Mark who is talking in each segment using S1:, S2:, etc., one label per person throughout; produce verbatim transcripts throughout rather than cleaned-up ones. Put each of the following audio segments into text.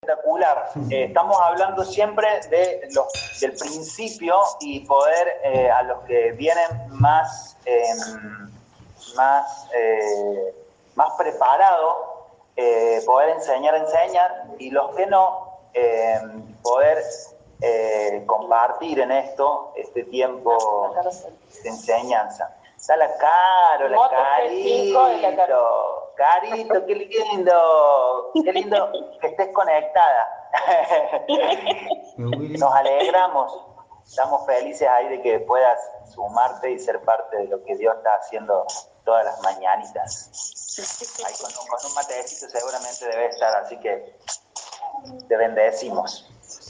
S1: espectacular. Eh, estamos hablando siempre de los, del principio y poder eh, a los que vienen más, eh, más, eh, más preparados, eh, poder enseñar, enseñar, y los que no, eh, poder eh, compartir en esto este tiempo de enseñanza. Está la Caro, la Carito, Carito, qué lindo, qué lindo que estés conectada. Nos alegramos, estamos felices ahí de que puedas sumarte y ser parte de lo que Dios está haciendo todas las mañanitas. Ahí con un, con un matecito seguramente debe estar, así que te bendecimos.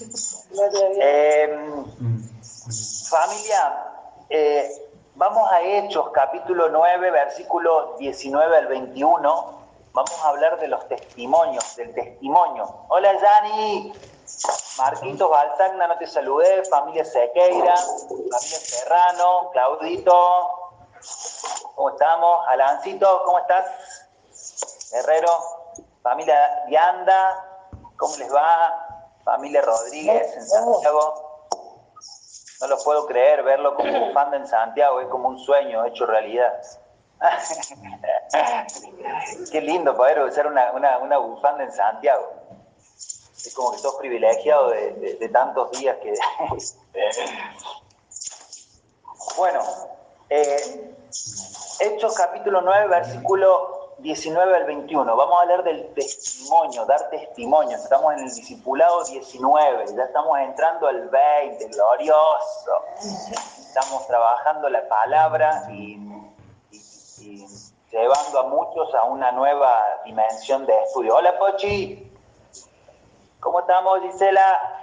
S1: Eh, familia, eh, vamos a Hechos, capítulo nueve, versículos diecinueve al veintiuno. Vamos a hablar de los testimonios, del testimonio. Hola, Yani. Marquitos Baltagna, no te saludé. Familia Sequeira, familia Serrano, Claudito. ¿Cómo estamos? Alancito, ¿cómo estás? Herrero, familia Vianda, ¿cómo les va? Familia Rodríguez en Santiago. No lo puedo creer, verlo como bufanda en Santiago, es como un sueño hecho realidad. Qué lindo poder usar una, una, una bufanda en Santiago. Es como que sos privilegiado de, de, de tantos días que... Bueno, eh, Hechos capítulo nueve, versículo diecinueve al veintiuno. Vamos a hablar del testimonio, dar testimonio. Estamos en el discipulado diecinueve, ya estamos entrando al veinte, glorioso. Estamos trabajando la palabra y, y, y llevando a muchos a una nueva dimensión de estudio. Hola, Pochi. ¿Cómo estamos, Gisela?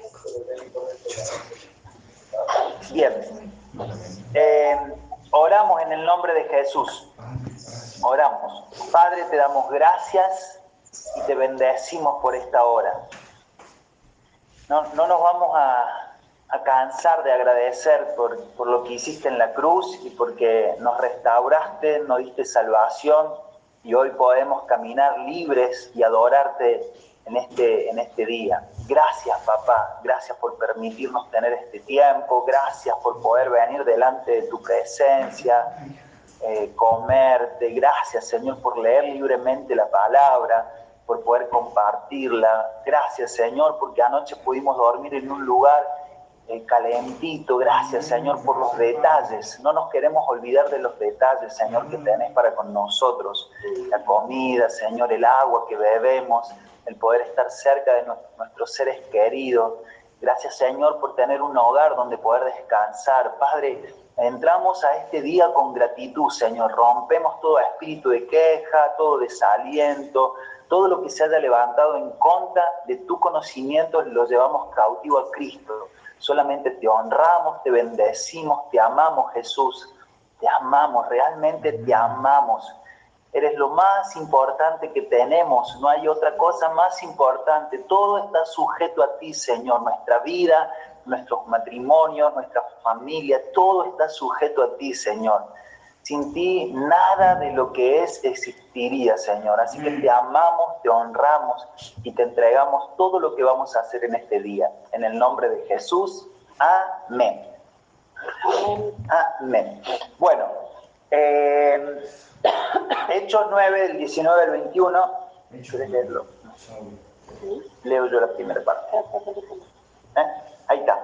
S1: Bien. Eh, oramos en el nombre de Jesús. Oramos. Padre, te damos gracias y te bendecimos por esta hora. No, no nos vamos a, a cansar de agradecer por, por lo que hiciste en la cruz y porque nos restauraste, nos diste salvación y hoy podemos caminar libres y adorarte en este, en este día. Gracias, papá. Gracias por permitirnos tener este tiempo. Gracias por poder venir delante de tu presencia. Eh, comerte, gracias Señor por leer libremente la palabra, por poder compartirla, gracias Señor porque anoche pudimos dormir en un lugar eh, calentito, gracias Señor por los detalles, no nos queremos olvidar de los detalles Señor que tenés para con nosotros, la comida Señor, el agua que bebemos, el poder estar cerca de nuestros seres queridos, gracias Señor por tener un hogar donde poder descansar, Padre. Entramos a este día con gratitud, Señor. Rompemos todo espíritu de queja, todo desaliento, todo lo que se haya levantado en contra de tu conocimiento, lo llevamos cautivo a Cristo. Solamente te honramos, te bendecimos, te amamos, Jesús. Te amamos, realmente te amamos. Eres lo más importante que tenemos, no hay otra cosa más importante. Todo está sujeto a ti, Señor. Nuestra vida, nuestros matrimonios, nuestra familia, todo está sujeto a ti, Señor. Sin ti, nada de lo que es existiría, Señor. Así que te amamos, te honramos y te entregamos todo lo que vamos a hacer en este día. En el nombre de Jesús, amén. Amén. Bueno, eh, Hechos nueve, del diecinueve al veintiuno. ¿Quieres leerlo? Leo yo la primera parte. ¿Eh? Ahí está.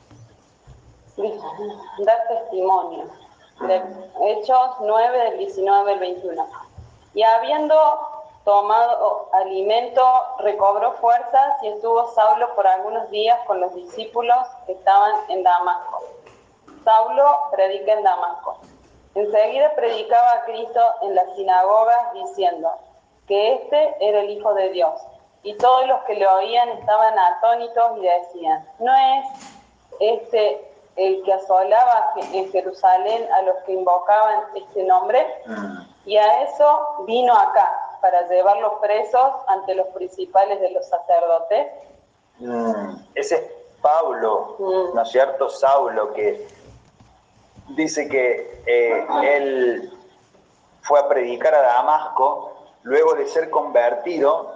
S2: Dar testimonio. De Hechos nueve, del diecinueve al veintiuno. Y habiendo tomado alimento, recobró fuerzas y estuvo Saulo por algunos días con los discípulos que estaban en Damasco. Saulo predica en Damasco. Enseguida predicaba a Cristo en las sinagogas diciendo que este era el Hijo de Dios. Y todos los que le oían estaban atónitos y decían, ¿no es este el que asolaba en Jerusalén a los que invocaban este nombre? Y a eso vino acá, para llevarlos presos ante los principales de los sacerdotes.
S1: Mm, ese es Pablo, mm. ¿no es cierto? Saulo, que dice que eh, él fue a predicar a Damasco, luego de ser convertido,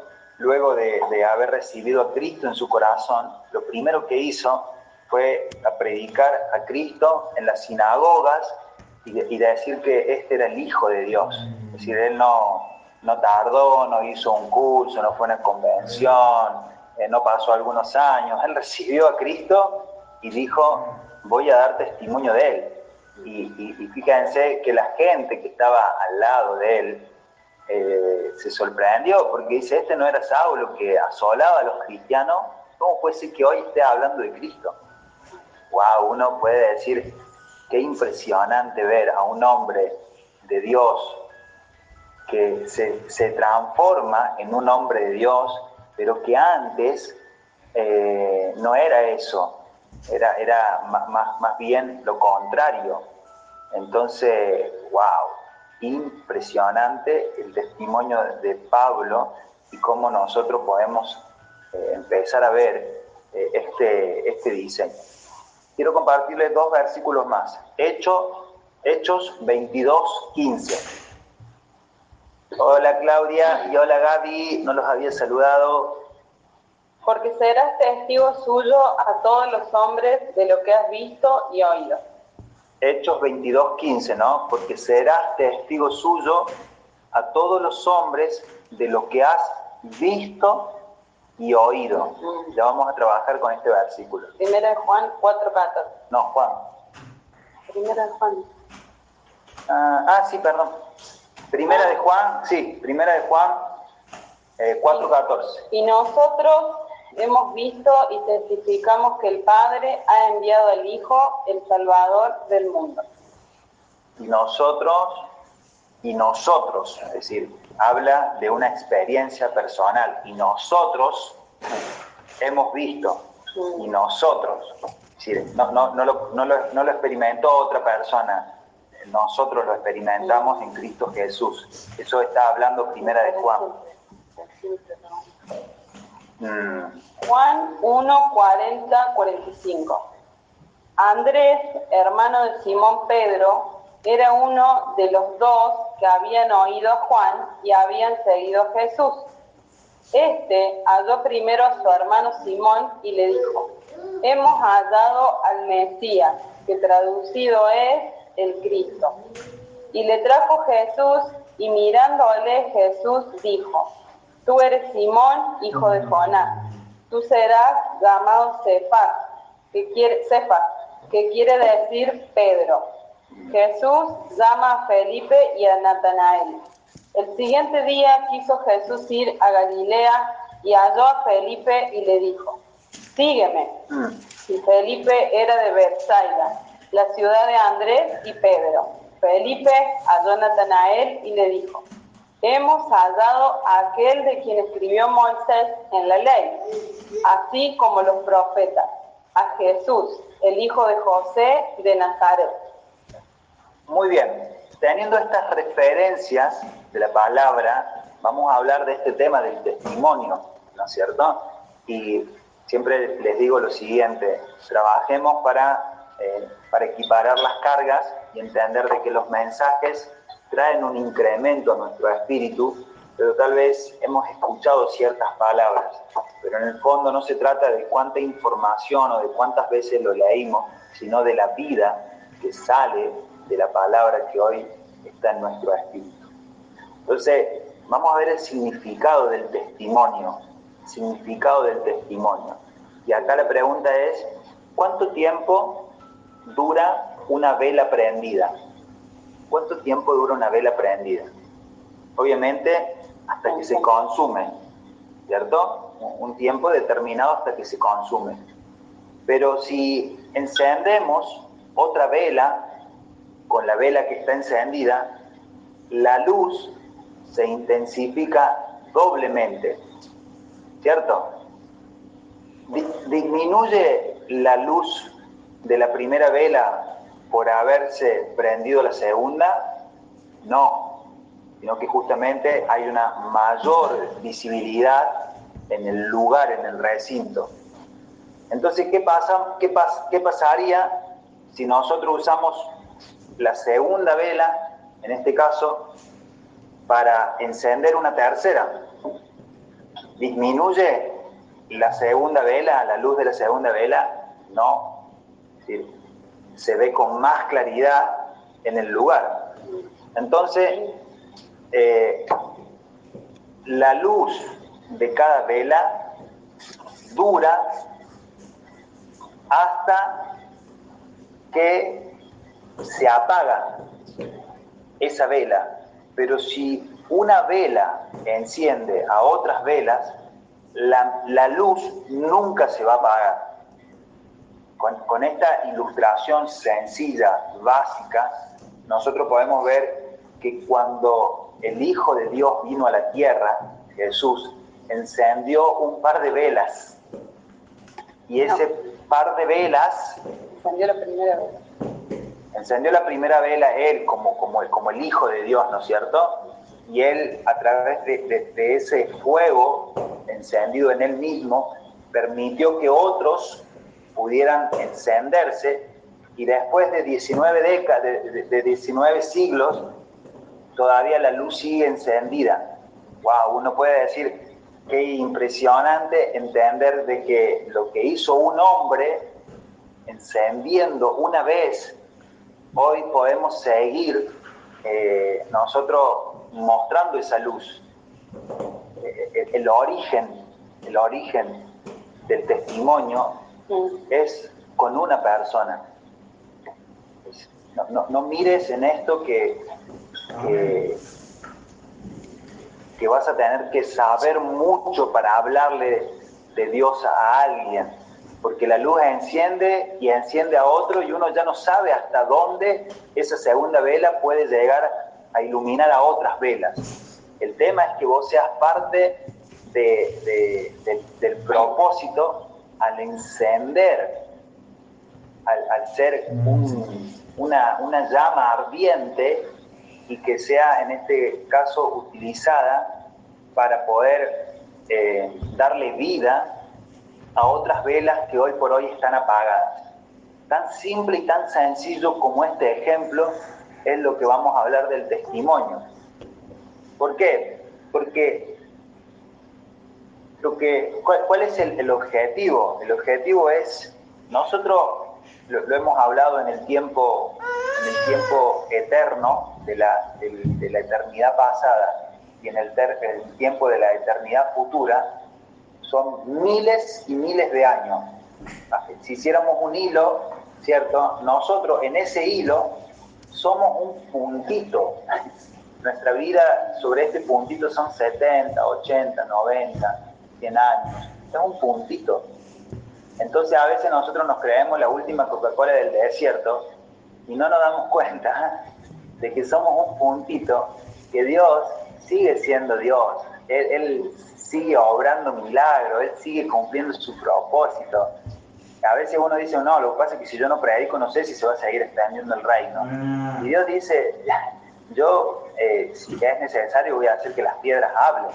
S1: luego de, de haber recibido a Cristo en su corazón, lo primero que hizo fue a predicar a Cristo en las sinagogas y, de, y decir que este era el Hijo de Dios. Es decir, él no, no tardó, no hizo un curso, no fue a una convención, eh, no pasó algunos años. Él recibió a Cristo y dijo, voy a dar testimonio de él. Y, y, y fíjense que la gente que estaba al lado de él eh, se sorprendió porque dice, este no era Saulo que asolaba a los cristianos, ¿cómo puede ser que hoy esté hablando de Cristo? Wow, uno puede decir, qué impresionante ver a un hombre de Dios que se, se transforma en un hombre de Dios, pero que antes eh, no era eso, era, era más, más, más bien lo contrario. Entonces, wow, impresionante el testimonio de Pablo y cómo nosotros podemos eh, empezar a ver eh, este, este diseño. Quiero compartirles dos versículos más. Hechos, Hechos veintidós, quince. Hola Claudia y hola Gaby, no los había saludado.
S2: Porque serás testigo suyo a todos los hombres de lo que has visto y oído.
S1: Hechos veintidós, quince, ¿no? Porque serás testigo suyo a todos los hombres de lo que has visto y oído. Mm. Ya vamos a trabajar con este versículo.
S2: Primera de Juan cuatro, catorce.
S1: No, Juan.
S2: Primera de Juan.
S1: Ah, ah sí, perdón. Primera ah. de Juan, sí, Primera de Juan eh, cuatro, catorce.
S2: Y nosotros hemos visto y testificamos que el Padre ha enviado al Hijo, el Salvador del mundo.
S1: Y nosotros, y nosotros, es decir, habla de una experiencia personal. Y nosotros hemos visto, y nosotros, es decir, no, no, no, lo, no, lo, no lo experimentó otra persona, nosotros lo experimentamos en Cristo Jesús. Eso está hablando Primera de Juan.
S2: Mm. Juan uno, cuarenta, cuarenta y cinco. Andrés, hermano de Simón Pedro, era uno de los dos que habían oído a Juan y habían seguido a Jesús. Este halló primero a su hermano Simón y le dijo, hemos hallado al Mesías, que traducido es el Cristo. Y le trajo Jesús, y mirándole Jesús dijo, tú eres Simón, hijo de Jonás, tú serás llamado Cefas, que quiere, Cefas, que quiere decir Pedro. Jesús llama a Felipe y a Natanael. El siguiente día quiso Jesús ir a Galilea y halló a Felipe y le dijo, sígueme. Y Felipe era de Betsaida, la ciudad de Andrés y Pedro. Felipe halló a Natanael y le dijo, hemos hallado a aquel de quien escribió Moisés en la ley, así como los profetas, a Jesús, el hijo de José de Nazaret.
S1: Muy bien, teniendo estas referencias de la palabra, vamos a hablar de este tema del testimonio, ¿no es cierto? Y siempre les digo lo siguiente, trabajemos para, eh, para equiparar las cargas y entender de que los mensajes traen un incremento a nuestro espíritu, pero tal vez hemos escuchado ciertas palabras, pero en el fondo no se trata de cuánta información o de cuántas veces lo leímos, sino de la vida que sale de la palabra que hoy está en nuestro espíritu. Entonces, vamos a ver el significado del testimonio, el significado del testimonio. Y acá la pregunta es, ¿cuánto tiempo dura una vela prendida? ¿Cuánto tiempo dura una vela prendida? Obviamente, hasta que se consume, ¿cierto? Un tiempo determinado hasta que se consume. Pero si encendemos otra vela, con la vela que está encendida, la luz se intensifica doblemente, ¿cierto? ¿Disminuye la luz de la primera vela por haberse prendido la segunda? No, sino que justamente hay una mayor visibilidad en el lugar, en el recinto. Entonces, ¿qué pasa? ¿Qué, pas- qué pasaría si nosotros usamos la segunda vela, en este caso, para encender una tercera? ¿Disminuye la segunda vela, la luz de la segunda vela? No. Es decir, se ve con más claridad en el lugar. Entonces, eh, la luz de cada vela dura hasta que se apaga esa vela. Pero si una vela enciende a otras velas, la, la luz nunca se va a apagar. Con, con esta ilustración sencilla, básica, nosotros podemos ver que cuando el Hijo de Dios vino a la tierra, Jesús, encendió un par de velas. Y ese no. par de velas...
S2: Encendió la primera vela.
S1: Encendió la primera vela él como, como, como el Hijo de Dios, ¿no es cierto? Y él, a través de, de, de ese fuego encendido en él mismo, permitió que otros pudieran encenderse, y después de diecinueve décadas, de, de, de diecinueve siglos, todavía la luz sigue encendida. Wow, uno puede decir qué impresionante entender de que lo que hizo un hombre encendiendo una vez, hoy podemos seguir eh, nosotros mostrando esa luz. Eh, el, el origen, el origen del testimonio es con una persona. No, no, no mires en esto que, que, que vas a tener que saber mucho para hablarle de Dios a alguien, porque la luz enciende y enciende a otro y uno ya no sabe hasta dónde esa segunda vela puede llegar a iluminar a otras velas. El tema es que vos seas parte de, de, de, del propósito al encender, al, al ser un, una, una llama ardiente, y que sea en este caso utilizada para poder eh, darle vida a otras velas que hoy por hoy están apagadas. Tan simple y tan sencillo como este ejemplo es lo que vamos a hablar del testimonio. ¿Por qué? Porque lo que, ¿cuál, cuál es el, el objetivo? El objetivo es, nosotros lo, lo hemos hablado en el tiempo, en el tiempo eterno de la, de, de la eternidad pasada y en el, ter, el tiempo de la eternidad futura. Son miles y miles de años. Si hiciéramos un hilo, ¿cierto? Nosotros en ese hilo somos un puntito. Nuestra vida sobre este puntito son setenta, ochenta, noventa, cien años. Es un puntito. Entonces a veces nosotros nos creemos la última Coca-Cola del desierto y no nos damos cuenta de que somos un puntito, que Dios sigue siendo Dios. Él, él sigue obrando milagros, Él sigue cumpliendo su propósito. A veces uno dice, no, lo que pasa es que si yo no predico, no sé si se va a seguir extendiendo el reino. Y Dios dice, yo, eh, si es necesario, voy a hacer que las piedras hablen,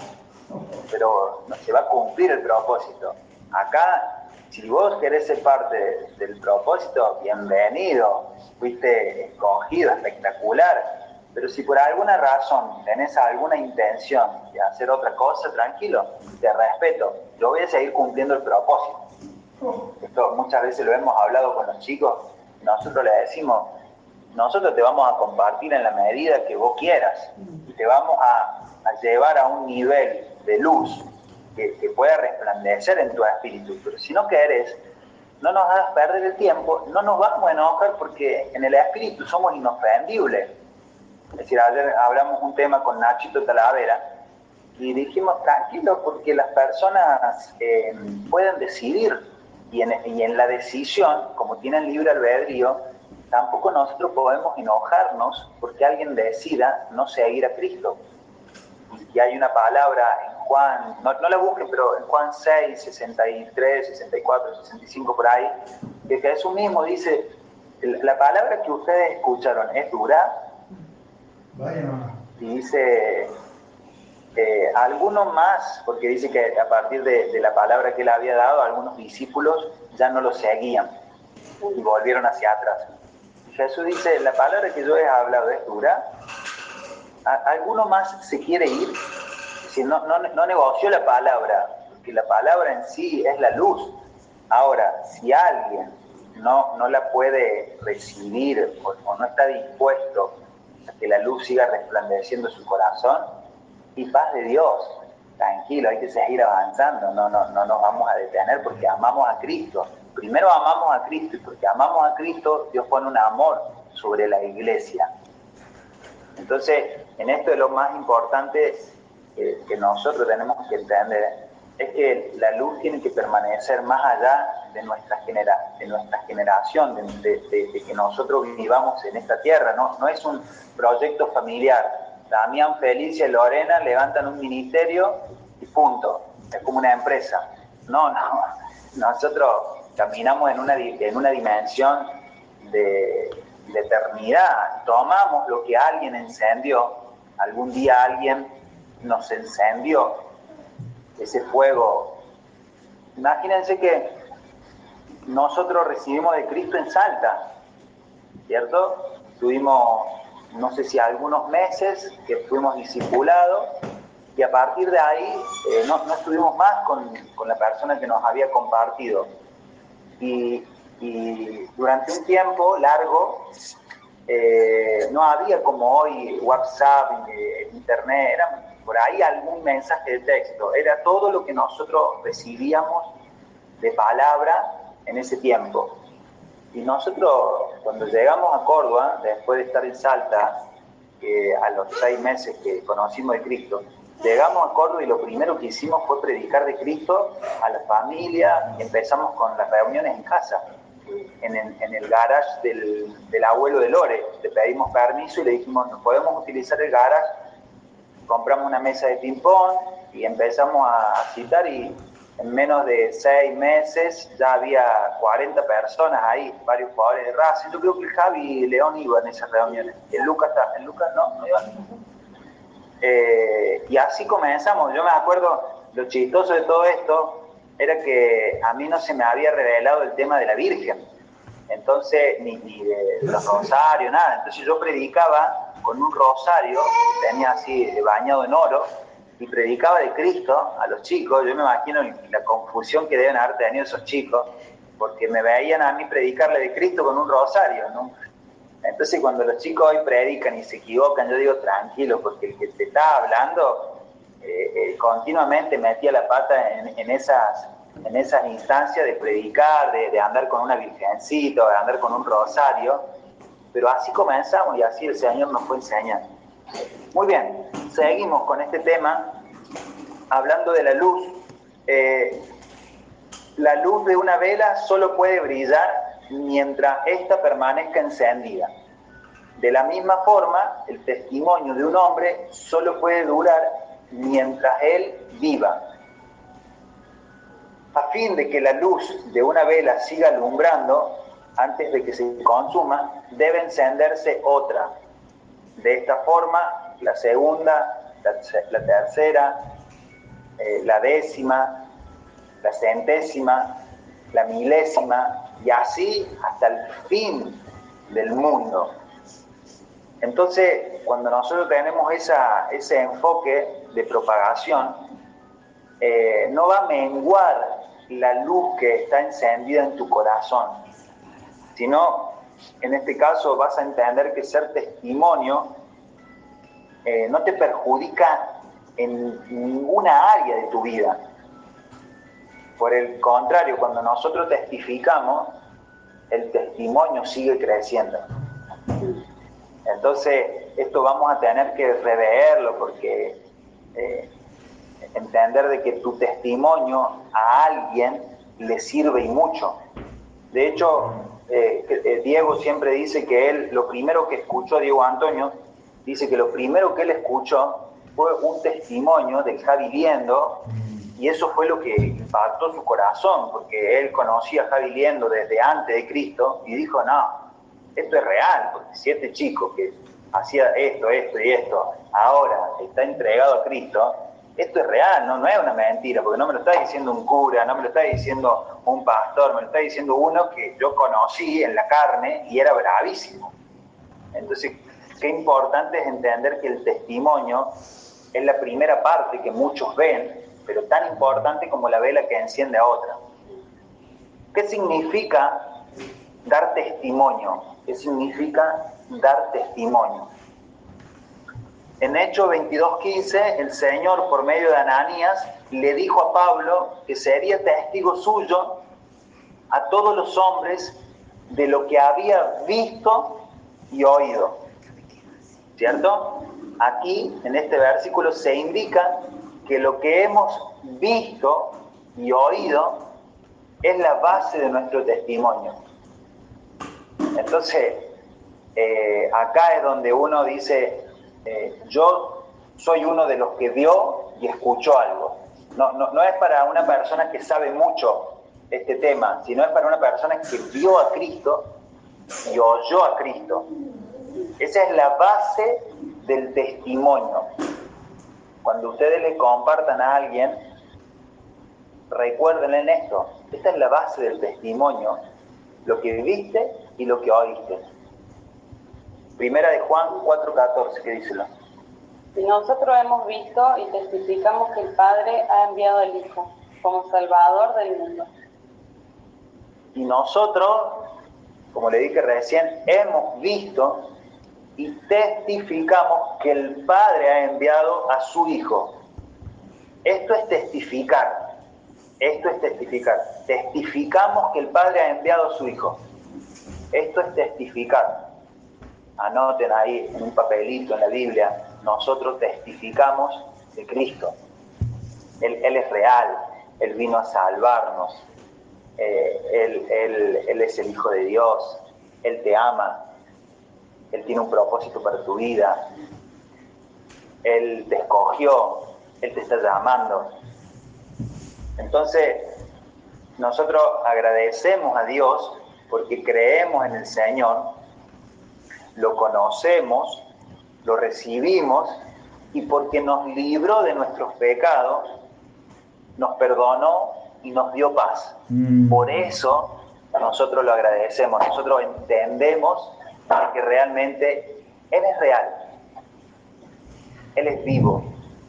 S1: pero no se va a cumplir el propósito. Acá, si vos querés ser parte del propósito, bienvenido, fuiste escogido, espectacular. Pero si por alguna razón tenés alguna intención de hacer otra cosa, tranquilo, te respeto, yo voy a seguir cumpliendo el propósito. Esto muchas veces lo hemos hablado con los chicos, nosotros les decimos, nosotros te vamos a compartir en la medida que vos quieras, y te vamos a, a llevar a un nivel de luz que, que pueda resplandecer en tu espíritu, pero si no querés, no nos hagas perder el tiempo, no nos vamos a enojar porque en el espíritu somos inofendibles. Es decir, ayer hablamos un tema con Nachito Talavera y dijimos tranquilo porque las personas eh, pueden decidir y en, y en la decisión, como tienen libre albedrío, tampoco nosotros podemos enojarnos porque alguien decida no seguir a Cristo. Y hay una palabra en Juan, no, no la busquen, pero en Juan seis, sesenta y tres, sesenta y cuatro, sesenta y cinco por ahí, que Jesús mismo dice, la palabra que ustedes escucharon es dura. Y dice, eh, algunos más, porque dice que a partir de, de la palabra que él había dado, algunos discípulos ya no lo seguían y volvieron hacia atrás. Y Jesús dice, la palabra que yo he hablado es dura. ¿Alguno más se quiere ir? Es decir, no, no, no negoció la palabra, porque la palabra en sí es la luz. Ahora, si alguien no, no la puede recibir o, o no está dispuesto a que la luz siga resplandeciendo su corazón, y paz de Dios, tranquilo, hay que seguir avanzando, no, no, no nos vamos a detener porque amamos a Cristo. Primero amamos a Cristo, y porque amamos a Cristo, Dios pone un amor sobre la iglesia. Entonces, en esto lo más importante que, que nosotros tenemos que entender es que la luz tiene que permanecer más allá de nuestra, genera, de nuestra generación, de, de, de, de que nosotros vivamos en esta tierra, ¿no? No es un proyecto familiar. Damián, Felicia y Lorena levantan un ministerio y punto. Es como una empresa. No, no. Nosotros caminamos en una, en una dimensión de, de eternidad. Tomamos lo que alguien encendió. Algún día alguien nos encendió ese fuego. Imagínense que nosotros recibimos de Cristo en Salta, ¿cierto? Tuvimos, no sé si algunos meses que fuimos discipulados, y a partir de ahí eh, no, no estuvimos más con, con la persona que nos había compartido. Y, y durante un tiempo largo eh, no había como hoy WhatsApp, eh, internet, era por ahí algún mensaje de texto, era todo lo que nosotros recibíamos de palabra en ese tiempo. Y nosotros, cuando llegamos a Córdoba, después de estar en Salta, eh, a los seis meses que conocimos de Cristo, llegamos a Córdoba y lo primero que hicimos fue predicar de Cristo a la familia, y empezamos con las reuniones en casa, en el, en el garage del, del abuelo de Lore. Le pedimos permiso y le dijimos, ¿nos podemos utilizar el garage? Compramos una mesa de ping-pong y empezamos a, a citar, y en menos de seis meses ya había cuarenta personas ahí, varios jugadores de Racing. Yo creo que el Javi y León iban en esas reuniones. ¿El Lucas está? ¿El Lucas no? ¿No iba? Eh, y así comenzamos. Yo me acuerdo, lo chistoso de todo esto era que a mí no se me había revelado el tema de la Virgen. Entonces, ni, ni de los rosarios, nada. Entonces yo predicaba con un rosario, tenía así bañado en oro, y predicaba de Cristo a los chicos. Yo me imagino la confusión que deben haber tenido esos chicos, porque me veían a mí predicarle de Cristo con un rosario, ¿no? Entonces cuando los chicos hoy predican y se equivocan, yo digo tranquilo, porque el que te está hablando eh, eh, continuamente metía la pata en, en, esas, en esas instancias de predicar, de, de andar con una virgencita, de andar con un rosario. Pero así comenzamos y así el Señor nos fue enseñando. Muy bien, seguimos con este tema, hablando de la luz. Eh, la luz de una vela solo puede brillar mientras ésta permanezca encendida. De la misma forma, el testimonio de un hombre solo puede durar mientras él viva. A fin de que la luz de una vela siga alumbrando, antes de que se consuma, debe encenderse otra. De esta forma, la segunda, la, la tercera, eh, la décima, la centésima, la milésima, y así hasta el fin del mundo. Entonces, cuando nosotros tenemos esa, ese enfoque de propagación, eh, no va a menguar la luz que está encendida en tu corazón, sino, en este caso, vas a entender que ser testimonio eh, no te perjudica en ninguna área de tu vida. Por el contrario, cuando nosotros testificamos, el testimonio sigue creciendo. Entonces, esto vamos a tener que reverlo, porque eh, entender de que tu testimonio a alguien le sirve y mucho. De hecho, eh, eh, Diego siempre dice que él, lo primero que escuchó, Diego Antonio, dice que lo primero que él escuchó fue un testimonio del Javi Liendo, y eso fue lo que impactó su corazón, porque él conocía a Javi Liendo desde antes de Cristo, y dijo, no, esto es real, porque si este chico que hacía esto, esto y esto, ahora está entregado a Cristo, esto es real, no, no es una mentira, porque no me lo está diciendo un cura, no me lo está diciendo un pastor, me lo está diciendo uno que yo conocí en la carne y era bravísimo. Entonces, qué importante es entender que el testimonio es la primera parte que muchos ven, pero tan importante como la vela que enciende a otra. ¿Qué significa dar testimonio? ¿Qué significa dar testimonio? En Hechos veintidós quince, el Señor, por medio de Ananías, le dijo a Pablo que sería testigo suyo a todos los hombres de lo que había visto y oído. ¿Cierto? Aquí, en este versículo, se indica que lo que hemos visto y oído es la base de nuestro testimonio. Entonces, eh, acá es donde uno dice, eh, yo soy uno de los que vio y escuchó algo. No, no, no es para una persona que sabe mucho este tema, sino es para una persona que vio a Cristo y oyó a Cristo. Esa es la base del testimonio. Cuando ustedes le compartan a alguien, recuerden en esto, esta es la base del testimonio, lo que viste y lo que oíste. Primera de Juan cuatro catorce, ¿qué dice?
S2: Y nosotros hemos visto y testificamos que el Padre ha enviado al Hijo como Salvador del mundo.
S1: Y nosotros, como le dije recién, hemos visto y testificamos que el Padre ha enviado a su Hijo. Esto es testificar. Esto es testificar. Testificamos que el Padre ha enviado a su Hijo. Esto es testificar. Anoten ahí en un papelito en la Biblia, nosotros testificamos de Cristo. Él, él es real, Él vino a salvarnos, eh, él, él, él es el Hijo de Dios, Él te ama, Él tiene un propósito para tu vida, Él te escogió, Él te está llamando. Entonces, nosotros agradecemos a Dios porque creemos en el Señor, lo conocemos, lo recibimos y porque nos libró de nuestros pecados, nos perdonó y nos dio paz. Mm. Por eso nosotros lo agradecemos, nosotros entendemos que realmente Él es real, Él es vivo.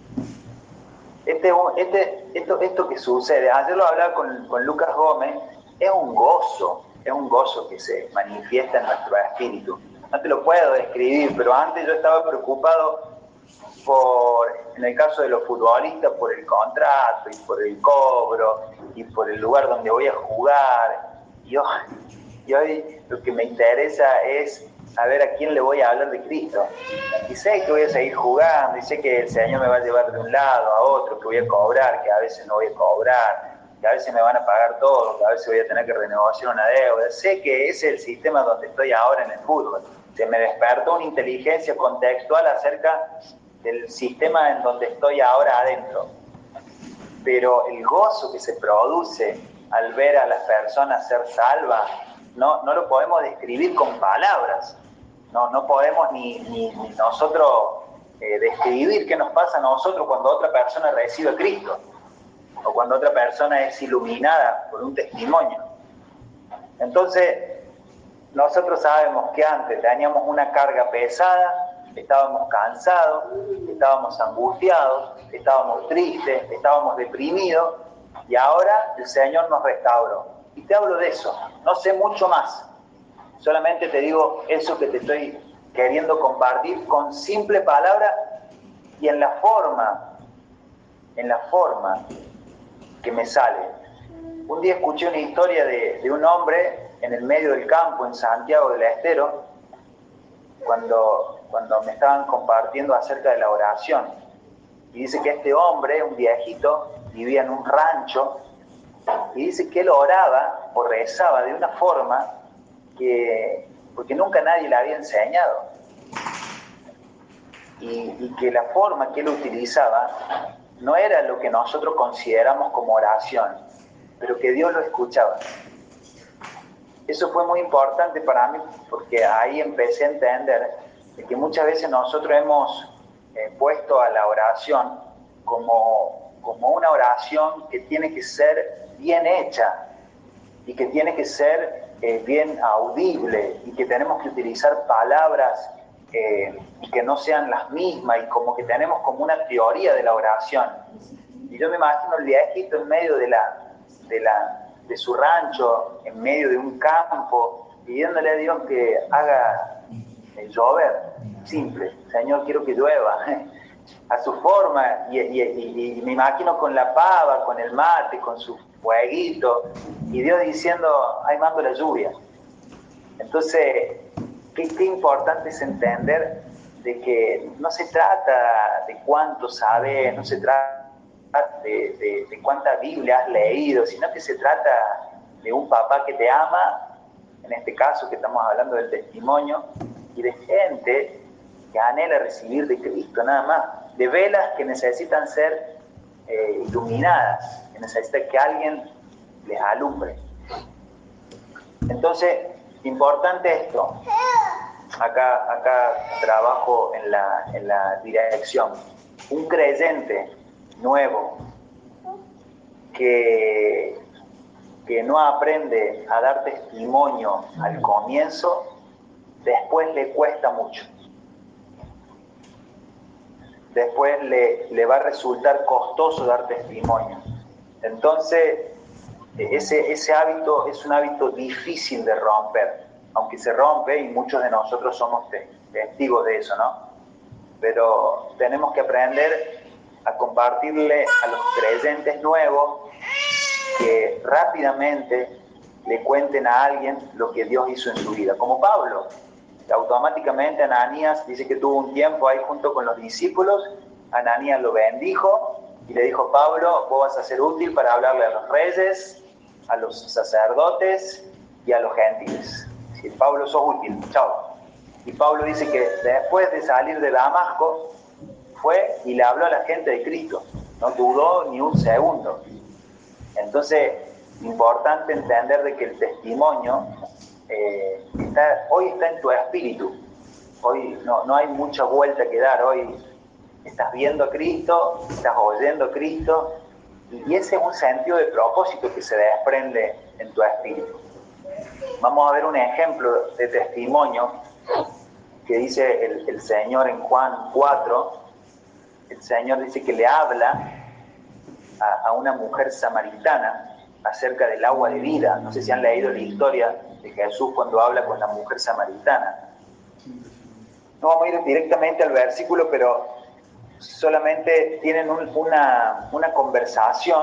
S1: Este, este, esto, esto que sucede, ayer lo hablaba con, con Lucas Gómez, es un gozo, es un gozo que se manifiesta en nuestro espíritu. No te lo puedo describir, pero antes yo estaba preocupado por, en el caso de los futbolistas, por el contrato y por el cobro y por el lugar donde voy a jugar. Y hoy, y hoy lo que me interesa es saber a quién le voy a hablar de Cristo. Y sé que voy a seguir jugando, y sé que el Señor me va a llevar de un lado a otro, que voy a cobrar, que a veces no voy a cobrar, que a veces me van a pagar todo, que a veces voy a tener que renegociar una deuda. Sé que ese es el sistema donde estoy ahora en el fútbol. Se me despertó una inteligencia contextual acerca del sistema en donde estoy ahora adentro. Pero el gozo que se produce al ver a las personas ser salvas, no, no lo podemos describir con palabras. No, no podemos ni, ni, ni nosotros eh, describir qué nos pasa a nosotros cuando otra persona recibe a Cristo o cuando otra persona es iluminada por un testimonio. Entonces, nosotros sabemos que antes teníamos una carga pesada, estábamos cansados, estábamos angustiados, estábamos tristes, estábamos deprimidos, y ahora el Señor nos restauró. Y te hablo de eso, no sé mucho más, solamente te digo eso que te estoy queriendo compartir con simple palabra y en la forma, en la forma que me sale. Un día escuché una historia de, de un hombre en el medio del campo, en Santiago del Estero, cuando, cuando me estaban compartiendo acerca de la oración. Y dice que este hombre, un viejito, vivía en un rancho, y dice que él oraba o rezaba de una forma que, porque nunca nadie le había enseñado. Y, y que la forma que él utilizaba no era lo que nosotros consideramos como oración, pero que Dios lo escuchaba. Eso fue muy importante para mí porque ahí empecé a entender que muchas veces nosotros hemos eh, puesto a la oración como, como una oración que tiene que ser bien hecha y que tiene que ser eh, bien audible y que tenemos que utilizar palabras eh, y que no sean las mismas, y como que tenemos como una teoría de la oración. Y yo me imagino el viejito en medio de, la, de, la, de su rancho, en medio de un campo, pidiéndole a Dios que haga el llover, simple. Señor, quiero que llueva, a su forma, y, y, y, y me imagino con la pava, con el mate, con su fueguito, y Dios diciendo, ahí mando la lluvia. Entonces, qué, qué importante es entender de que no se trata de cuánto sabes, no se trata de, de, de cuánta Biblia has leído, sino que se trata de un papá que te ama, en este caso que estamos hablando del testimonio, y de gente que anhela recibir de Cristo, nada más, de velas que necesitan ser eh, iluminadas, que necesitan que alguien les alumbre. Entonces, importante esto, acá, acá trabajo en la, en la dirección, un creyente nuevo que, que no aprende a dar testimonio al comienzo, después le cuesta mucho. Después le, le va a resultar costoso dar testimonio. Entonces, ese, ese hábito es un hábito difícil de romper, aunque se rompe y muchos de nosotros somos testigos de eso, ¿no? Pero tenemos que aprender a compartirle a los creyentes nuevos que rápidamente le cuenten a alguien lo que Dios hizo en su vida, como Pablo. Automáticamente Ananías dice que tuvo un tiempo ahí junto con los discípulos, Ananías lo bendijo y le dijo, Pablo, vos vas a ser útil para hablarle a los reyes, a los sacerdotes y a los gentiles. Si Pablo, sos útil, chao. Y Pablo dice que después de salir de Damasco, fue y le habló a la gente de Cristo, no dudó ni un segundo. Entonces, importante entender de que el testimonio eh, está, hoy está en tu espíritu, hoy no, no hay mucha vuelta que dar, hoy estás viendo a Cristo, estás oyendo a Cristo, y ese es un sentido de propósito que se desprende en tu espíritu. Vamos a ver un ejemplo de testimonio que dice el, el Señor en Juan cuatro. El Señor dice que le habla a, a una mujer samaritana acerca del agua de vida. No sé si han leído la historia de Jesús cuando habla con la mujer samaritana. No vamos a ir directamente al versículo, pero solamente tienen un, una, una conversación,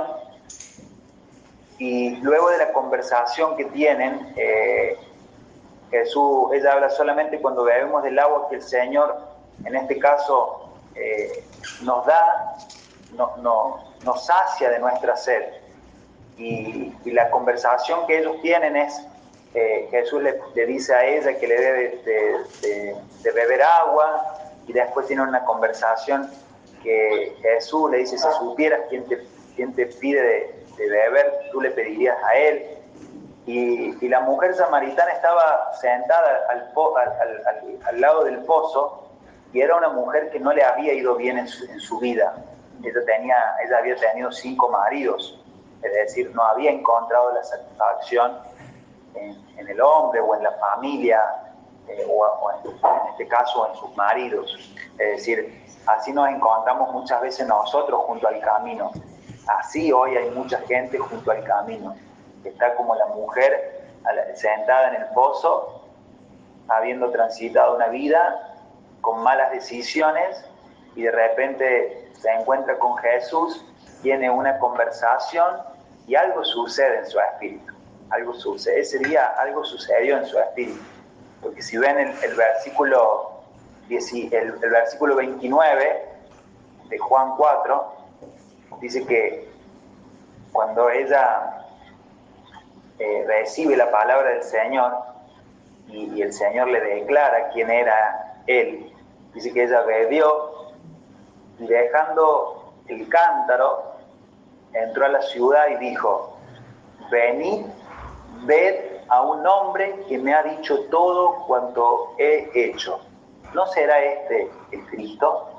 S1: y luego de la conversación que tienen, eh, Jesús, ella habla solamente cuando bebemos del agua que el Señor, en este caso, eh, nos da, no, no, nos sacia de nuestra sed. Y, y la conversación que ellos tienen es, eh, Jesús le, le dice a ella que le debe de, de, de beber agua, y después tiene una conversación que Jesús le dice, si supieras quién te, quién te pide de, de beber, tú le pedirías a él. Y, y la mujer samaritana estaba sentada al, po, al, al, al, al lado del pozo, y era una mujer que no le había ido bien en su, en su vida. Ella, tenía, ella había tenido cinco maridos, es decir, no había encontrado la satisfacción en, en el hombre o en la familia, eh, o, o en, en este caso en sus maridos. Es decir, así nos encontramos muchas veces nosotros junto al camino. Así hoy hay mucha gente junto al camino, que está como la mujer sentada en el pozo, habiendo transitado una vida con malas decisiones, y de repente se encuentra con Jesús, tiene una conversación y algo sucede en su espíritu. Algo sucede. Ese día algo sucedió en su espíritu. Porque si ven el, el, versículo, el, el versículo veintinueve de Juan cuatro, dice que cuando ella eh, recibe la palabra del Señor y, y el Señor le declara quién era Él, dice que ella bebió y dejando el cántaro entró a la ciudad y dijo, venid, ved a un hombre que me ha dicho todo cuanto he hecho. ¿No será este el Cristo?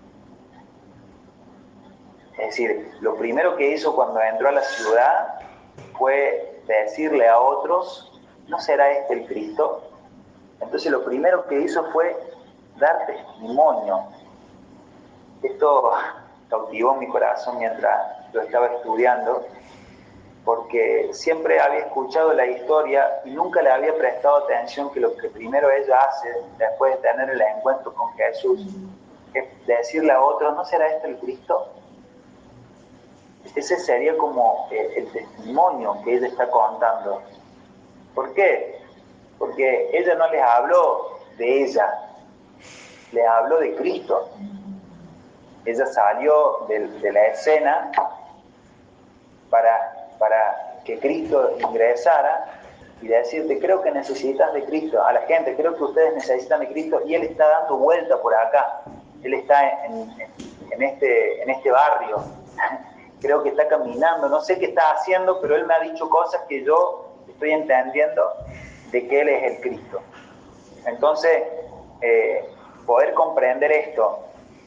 S1: Es decir, lo primero que hizo cuando entró a la ciudad fue decirle a otros, ¿no será este el Cristo? Entonces lo primero que hizo fue dar testimonio. Esto cautivó mi corazón mientras lo estaba estudiando, porque siempre había escuchado la historia y nunca le había prestado atención que lo que primero ella hace, después de tener el encuentro con Jesús, es decirle a otros, ¿no será este el Cristo? Ese sería como eh, el testimonio que ella está contando. ¿Por qué? Porque ella no les habló de ella, les habló de Cristo. Ella salió de, de la escena para, para que Cristo ingresara y decirte, creo que necesitas de Cristo. A la gente, creo que ustedes necesitan de Cristo, y Él está dando vuelta por acá. Él está en, en, en, este, en este barrio. Creo que está caminando, no sé qué está haciendo, pero Él me ha dicho cosas que yo estoy entendiendo de que Él es el Cristo. Entonces, eh, poder comprender esto,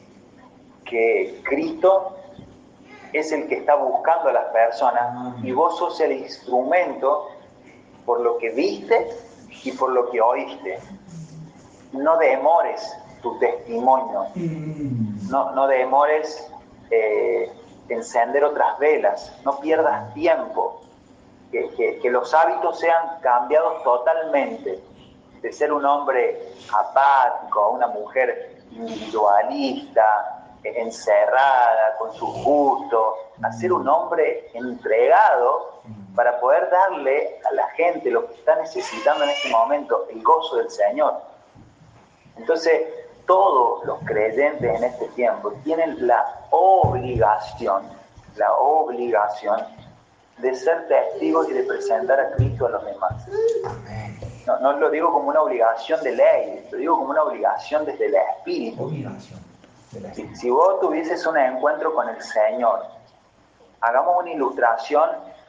S1: que Cristo es el que está buscando a las personas y vos sos el instrumento por lo que viste y por lo que oíste. No demores tu testimonio, no, no demores eh, encender otras velas, no pierdas tiempo, que, que, que los hábitos sean cambiados totalmente, de ser un hombre apático a una mujer individualista, encerrada, con sus gustos, a ser un hombre entregado para poder darle a la gente lo que está necesitando en este momento, el gozo del Señor. Entonces, todos los creyentes en este tiempo tienen la obligación, la obligación de ser testigos y de presentar a Cristo a los demás. No, no lo digo como una obligación de ley, lo digo como una obligación desde el Espíritu. Si, si vos tuvieses un encuentro con el Señor, hagamos una ilustración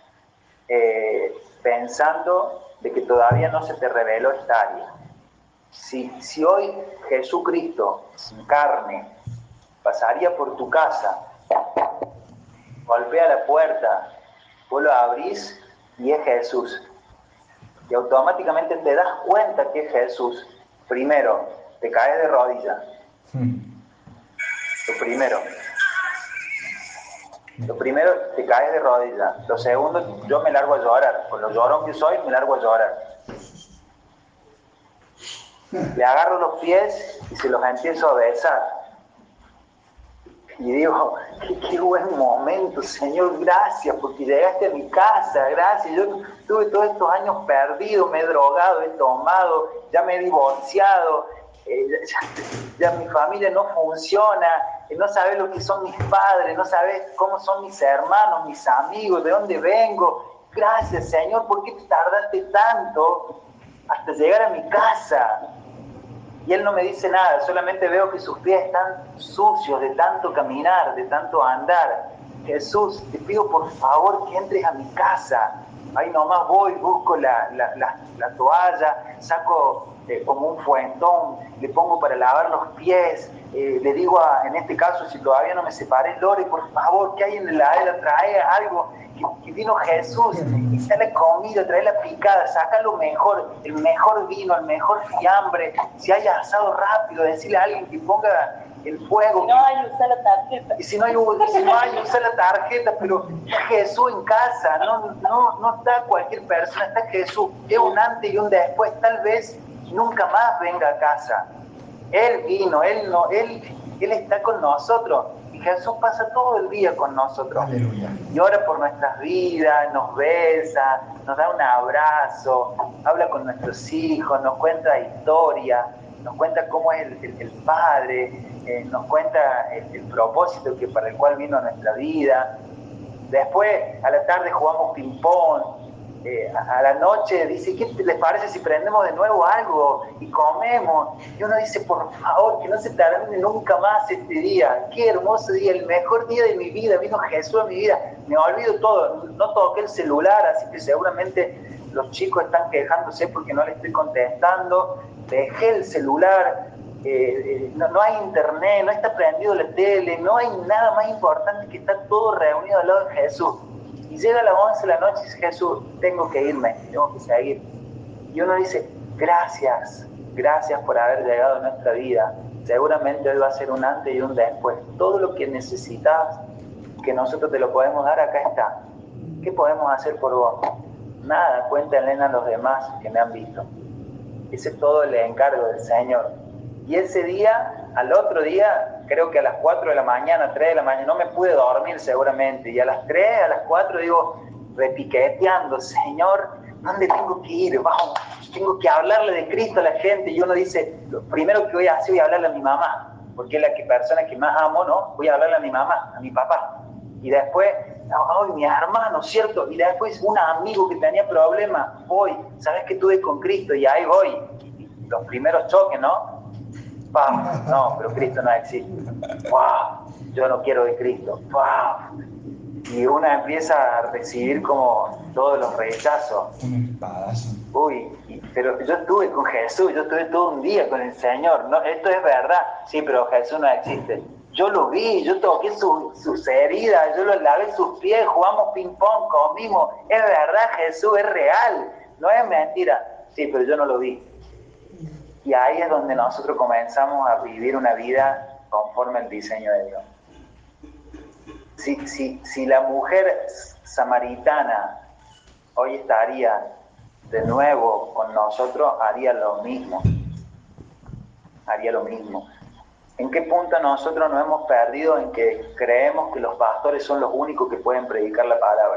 S1: eh, pensando de que todavía no se te reveló esta área. Si, si hoy Jesucristo, sin carne, pasaría por tu casa, golpea la puerta, vos lo abrís y es Jesús. Y automáticamente te das cuenta que es Jesús. Primero, te caes de rodillas. Lo primero. Lo primero, te caes de rodillas. Lo segundo, yo me largo a llorar. Con lo llorón que soy, me largo a llorar. Le agarro los pies y se los empiezo a besar. Y digo, qué, qué buen momento, Señor, gracias, porque llegaste a mi casa, gracias. Yo tuve todos estos años perdido, me he drogado, he tomado, ya me he divorciado, eh, ya, ya mi familia no funciona, eh, no sabes lo que son mis padres, no sabes cómo son mis hermanos, mis amigos, de dónde vengo. Gracias, Señor, ¿por qué te tardaste tanto hasta llegar a mi casa? Y Él no me dice nada, solamente veo que sus pies están sucios de tanto caminar, de tanto andar. Jesús, te pido por favor que entres a mi casa. Ahí nomás voy, busco la, la, la, la toalla, saco eh, como un fuentón, le pongo para lavar los pies, eh, le digo a, en este caso, si todavía no me separé, Lore, por favor, que hay en la heladera, trae algo, que, que vino Jesús, y está la comida, trae la picada, saca lo mejor, el mejor vino, el mejor fiambre, si hay asado rápido, decirle a alguien que ponga el fuego.
S2: Si no hay, usa la tarjeta.
S1: Y si no hay, si no hay, usa la tarjeta, pero está Jesús en casa, no, no, no está cualquier persona, está Jesús, es un antes y un después, tal vez nunca más venga a casa. Él vino, Él no, Él, Él está con nosotros, y Jesús pasa todo el día con nosotros. Aleluya. Y ora por nuestras vidas, nos besa, nos da un abrazo, habla con nuestros hijos, nos cuenta historia, nos cuenta cómo es el, el, el Padre, eh, nos cuenta el, el propósito que para el cual vino a nuestra vida. Después, a la tarde jugamos ping-pong, eh, a, a la noche dice, ¿qué les parece si prendemos de nuevo algo y comemos? Y uno dice, por favor, que no se termine nunca más este día. Qué hermoso día, el mejor día de mi vida, vino Jesús a mi vida. Me olvido todo, no toqué el celular, así que seguramente los chicos están quejándose porque no les estoy contestando. Dejé el celular, eh, eh, no, no hay internet, no está prendido la tele, no hay nada más importante que estar todo reunido al lado de Jesús. Y llega a las once de la noche y dice, Jesús, tengo que irme, tengo que seguir. Y uno dice, gracias, gracias por haber llegado a nuestra vida, seguramente hoy va a ser un antes y un después. Todo lo que necesitas, que nosotros te lo podemos dar, acá está. ¿Qué podemos hacer por vos? Nada, cuéntenle a los demás que me han visto. Ese es todo el encargo del Señor. Y ese día, al otro día, creo que a las cuatro de la mañana, tres de la mañana, no me pude dormir seguramente, y a las tres, a las cuatro digo, repiqueteando, Señor, ¿dónde tengo que ir? Vamos, tengo que hablarle de Cristo a la gente. Y uno dice, lo primero que voy a hacer, voy a hablarle a mi mamá, porque es la que, persona que más amo, ¿no? Voy a hablarle a mi mamá, a mi papá. Y después, ay, mi hermano, ¿cierto? Y después un amigo que tenía problemas, voy, ¿sabes que estuve con Cristo? Y ahí voy. Y los primeros choques, ¿no? ¡Pam! No, pero Cristo no existe. ¡Wow! Yo no quiero de Cristo. ¡Wow! Y una empieza a recibir como todos los rechazos.
S3: Un espadazo.
S1: Uy, y, pero yo estuve con Jesús, yo estuve todo un día con el Señor. No, esto es verdad. Sí, pero Jesús no existe. Yo lo vi, yo toqué su, sus heridas, yo lo lavé sus pies, jugamos ping pong, comimos. Es verdad, Jesús es real, no es mentira. Sí, pero yo no lo vi. Y ahí es donde nosotros comenzamos a vivir una vida conforme al diseño de Dios. Si, si, si la mujer samaritana hoy estaría de nuevo con nosotros, haría lo mismo. Haría lo mismo. ¿En qué punto nosotros nos hemos perdido en que creemos que los pastores son los únicos que pueden predicar la palabra?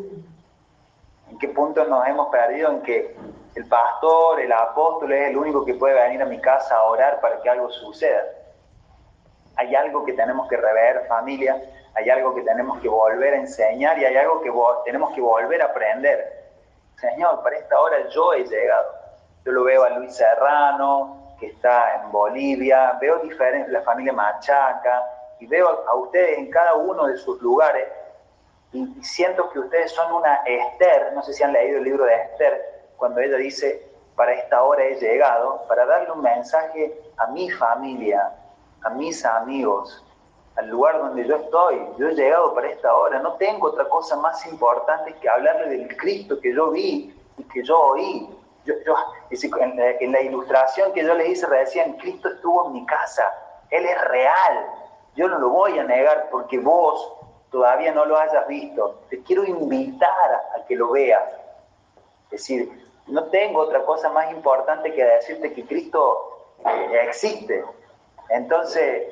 S1: ¿En qué punto nos hemos perdido en que el pastor, el apóstol es el único que puede venir a mi casa a orar para que algo suceda? Hay algo que tenemos que rever, familia, hay algo que tenemos que volver a enseñar y hay algo que tenemos que volver a aprender. Señor, para esta hora yo he llegado. Yo lo veo a Luis Serrano, que está en Bolivia, veo diferente, la familia Machaca, y veo a ustedes en cada uno de sus lugares, y siento que ustedes son una Esther. No sé si han leído el libro de Esther, cuando ella dice, para esta hora he llegado, para darle un mensaje a mi familia, a mis amigos, al lugar donde yo estoy. Yo he llegado para esta hora, no tengo otra cosa más importante que hablarle del Cristo que yo vi y que yo oí. Yo, yo, en, la, en la ilustración que yo les hice recién, Cristo estuvo en mi casa, Él es real, yo no lo voy a negar porque vos todavía no lo hayas visto. Te quiero invitar a que lo veas. Es decir, no tengo otra cosa más importante que decirte que Cristo eh, existe. Entonces,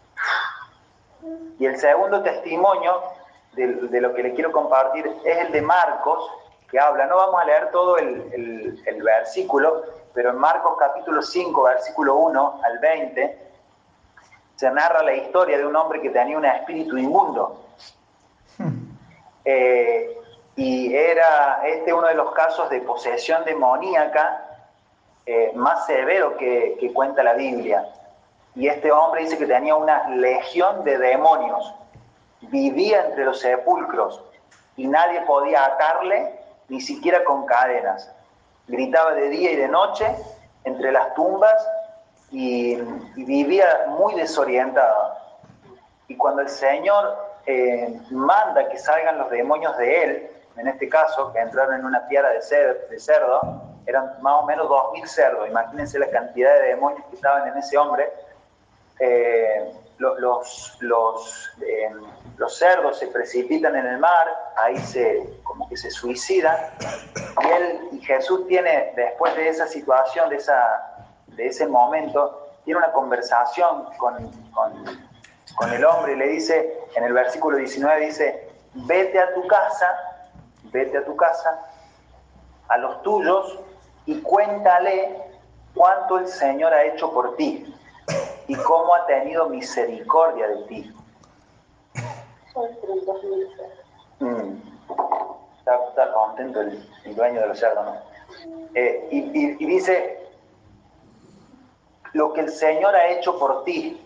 S1: y el segundo testimonio de, de lo que le quiero compartir es el de Marcos, que habla, no vamos a leer todo el, el, el versículo, pero en Marcos capítulo cinco, versículo uno al veinte, se narra la historia de un hombre que tenía un espíritu inmundo. Hmm. Eh, y era este uno de los casos de posesión demoníaca eh, más severo que, que cuenta la Biblia. Y este hombre dice que tenía una legión de demonios, vivía entre los sepulcros y nadie podía atarle, ni siquiera con cadenas. Gritaba de día y de noche entre las tumbas y, y vivía muy desorientado. Y cuando el Señor eh, manda que salgan los demonios de él, en este caso, que entraron en una piara de, cer de cerdo, eran más o menos dos mil cerdos, imagínense la cantidad de demonios que estaban en ese hombre. Eh, los, los, los, eh, los cerdos se precipitan en el mar, ahí se, como que se suicidan, y, él, y Jesús tiene, después de esa situación, de, esa, de ese momento, tiene una conversación con, con, con el hombre y le dice, en el versículo diecinueve dice, vete a tu casa, vete a tu casa, a los tuyos, y cuéntale cuánto el Señor ha hecho por ti y cómo ha tenido misericordia de ti. Mm. Está, está contento el, el dueño de los cerdos, ¿no? Eh, y, y, y dice, lo que el Señor ha hecho por ti.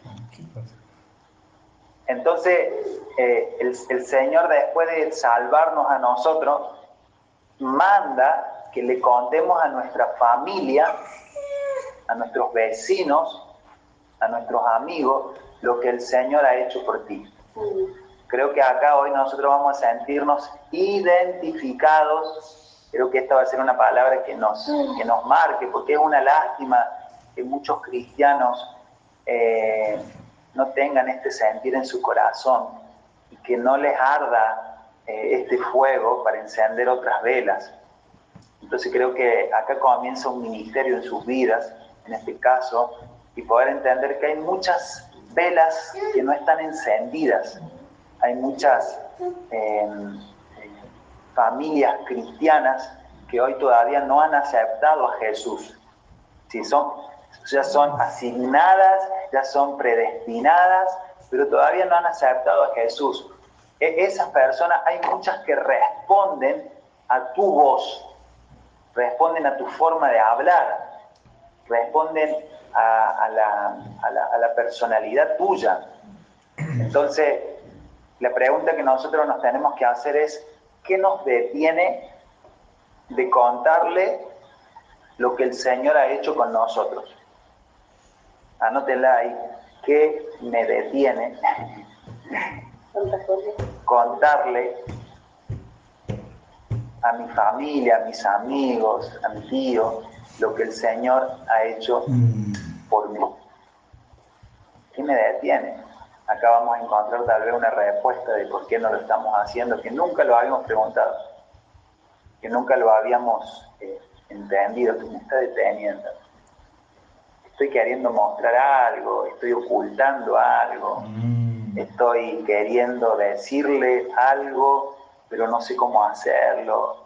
S1: Entonces, eh, el, el Señor, después de salvarnos a nosotros, manda que le contemos a nuestra familia, a nuestros vecinos, a nuestros amigos, lo que el Señor ha hecho por ti. Creo que acá hoy nosotros vamos a sentirnos identificados. Creo que esta va a ser una palabra que nos, que nos marque, porque es una lástima que muchos cristianos eh, no tengan este sentir en su corazón y que no les arda eh, este fuego para encender otras velas. Entonces creo que acá comienza un ministerio en sus vidas, en este caso, y poder entender que hay muchas velas que no están encendidas. Hay muchas eh, familias cristianas que hoy todavía no han aceptado a Jesús. Sí, son, ya son asignadas, ya son predestinadas, pero todavía no han aceptado a Jesús. E- esas personas, hay muchas que responden a tu voz, responden a tu forma de hablar, responden a, a, la, a, la, a la personalidad tuya. Entonces, la pregunta que nosotros nos tenemos que hacer es, ¿qué nos detiene de contarle lo que el Señor ha hecho con nosotros? Anótenla ahí. ¿Qué me detiene contarle a mi familia, a mis amigos, a mi tío, lo que el Señor ha hecho por mí? ¿Qué me detiene? Acá vamos a encontrar tal vez una respuesta de por qué no lo estamos haciendo, que nunca lo habíamos preguntado, que nunca lo habíamos eh, entendido, que me está deteniendo. Estoy queriendo mostrar algo, estoy ocultando algo, mm. estoy queriendo decirle algo, pero no sé cómo hacerlo.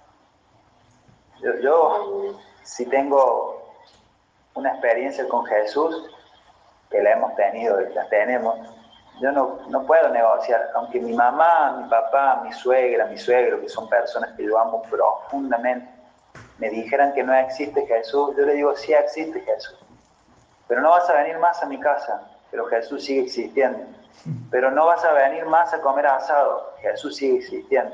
S1: Yo, yo si tengo una experiencia con Jesús, que la hemos tenido, la tenemos, yo no, no puedo negociar, aunque mi mamá, mi papá, mi suegra, mi suegro, que son personas que yo amo profundamente, me dijeran que no existe Jesús, yo le digo, sí existe Jesús. Pero no vas a venir más a mi casa, pero Jesús sigue existiendo. Pero no vas a venir más a comer asado, Jesús sigue existiendo.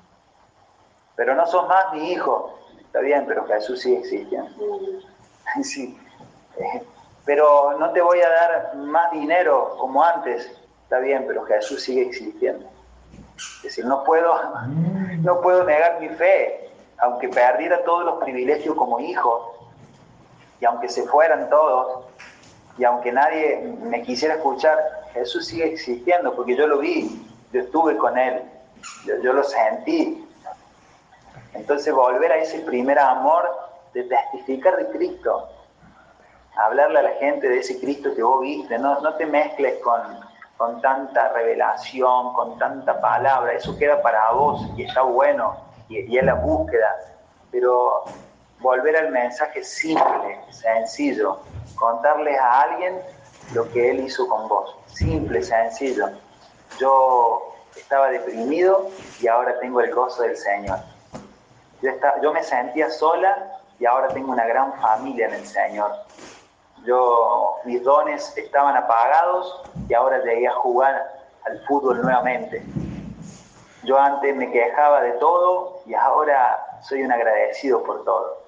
S1: Pero no sos más mi hijo, está bien, pero Jesús sigue existiendo. Sí. Pero no te voy a dar más dinero como antes, está bien, pero Jesús sigue existiendo. Es decir, no puedo, no puedo negar mi fe, aunque perdiera todos los privilegios como hijo, y aunque se fueran todos, y aunque nadie me quisiera escuchar, Jesús sigue existiendo, porque yo lo vi, yo estuve con Él, yo, yo lo sentí. Entonces volver a ese primer amor de testificar de Cristo, hablarle a la gente de ese Cristo que vos viste, no, no te mezcles con, con tanta revelación, con tanta palabra, eso queda para vos y está bueno, y, y es la búsqueda, pero volver al mensaje simple, sencillo, contarles a alguien lo que Él hizo con vos, simple, sencillo. Yo estaba deprimido y ahora tengo el gozo del Señor. Yo, estaba, yo me sentía sola y ahora tengo una gran familia en el Señor. Yo, mis dones estaban apagados y ahora llegué a jugar al fútbol nuevamente. Yo antes me quejaba de todo y ahora soy un agradecido por todo.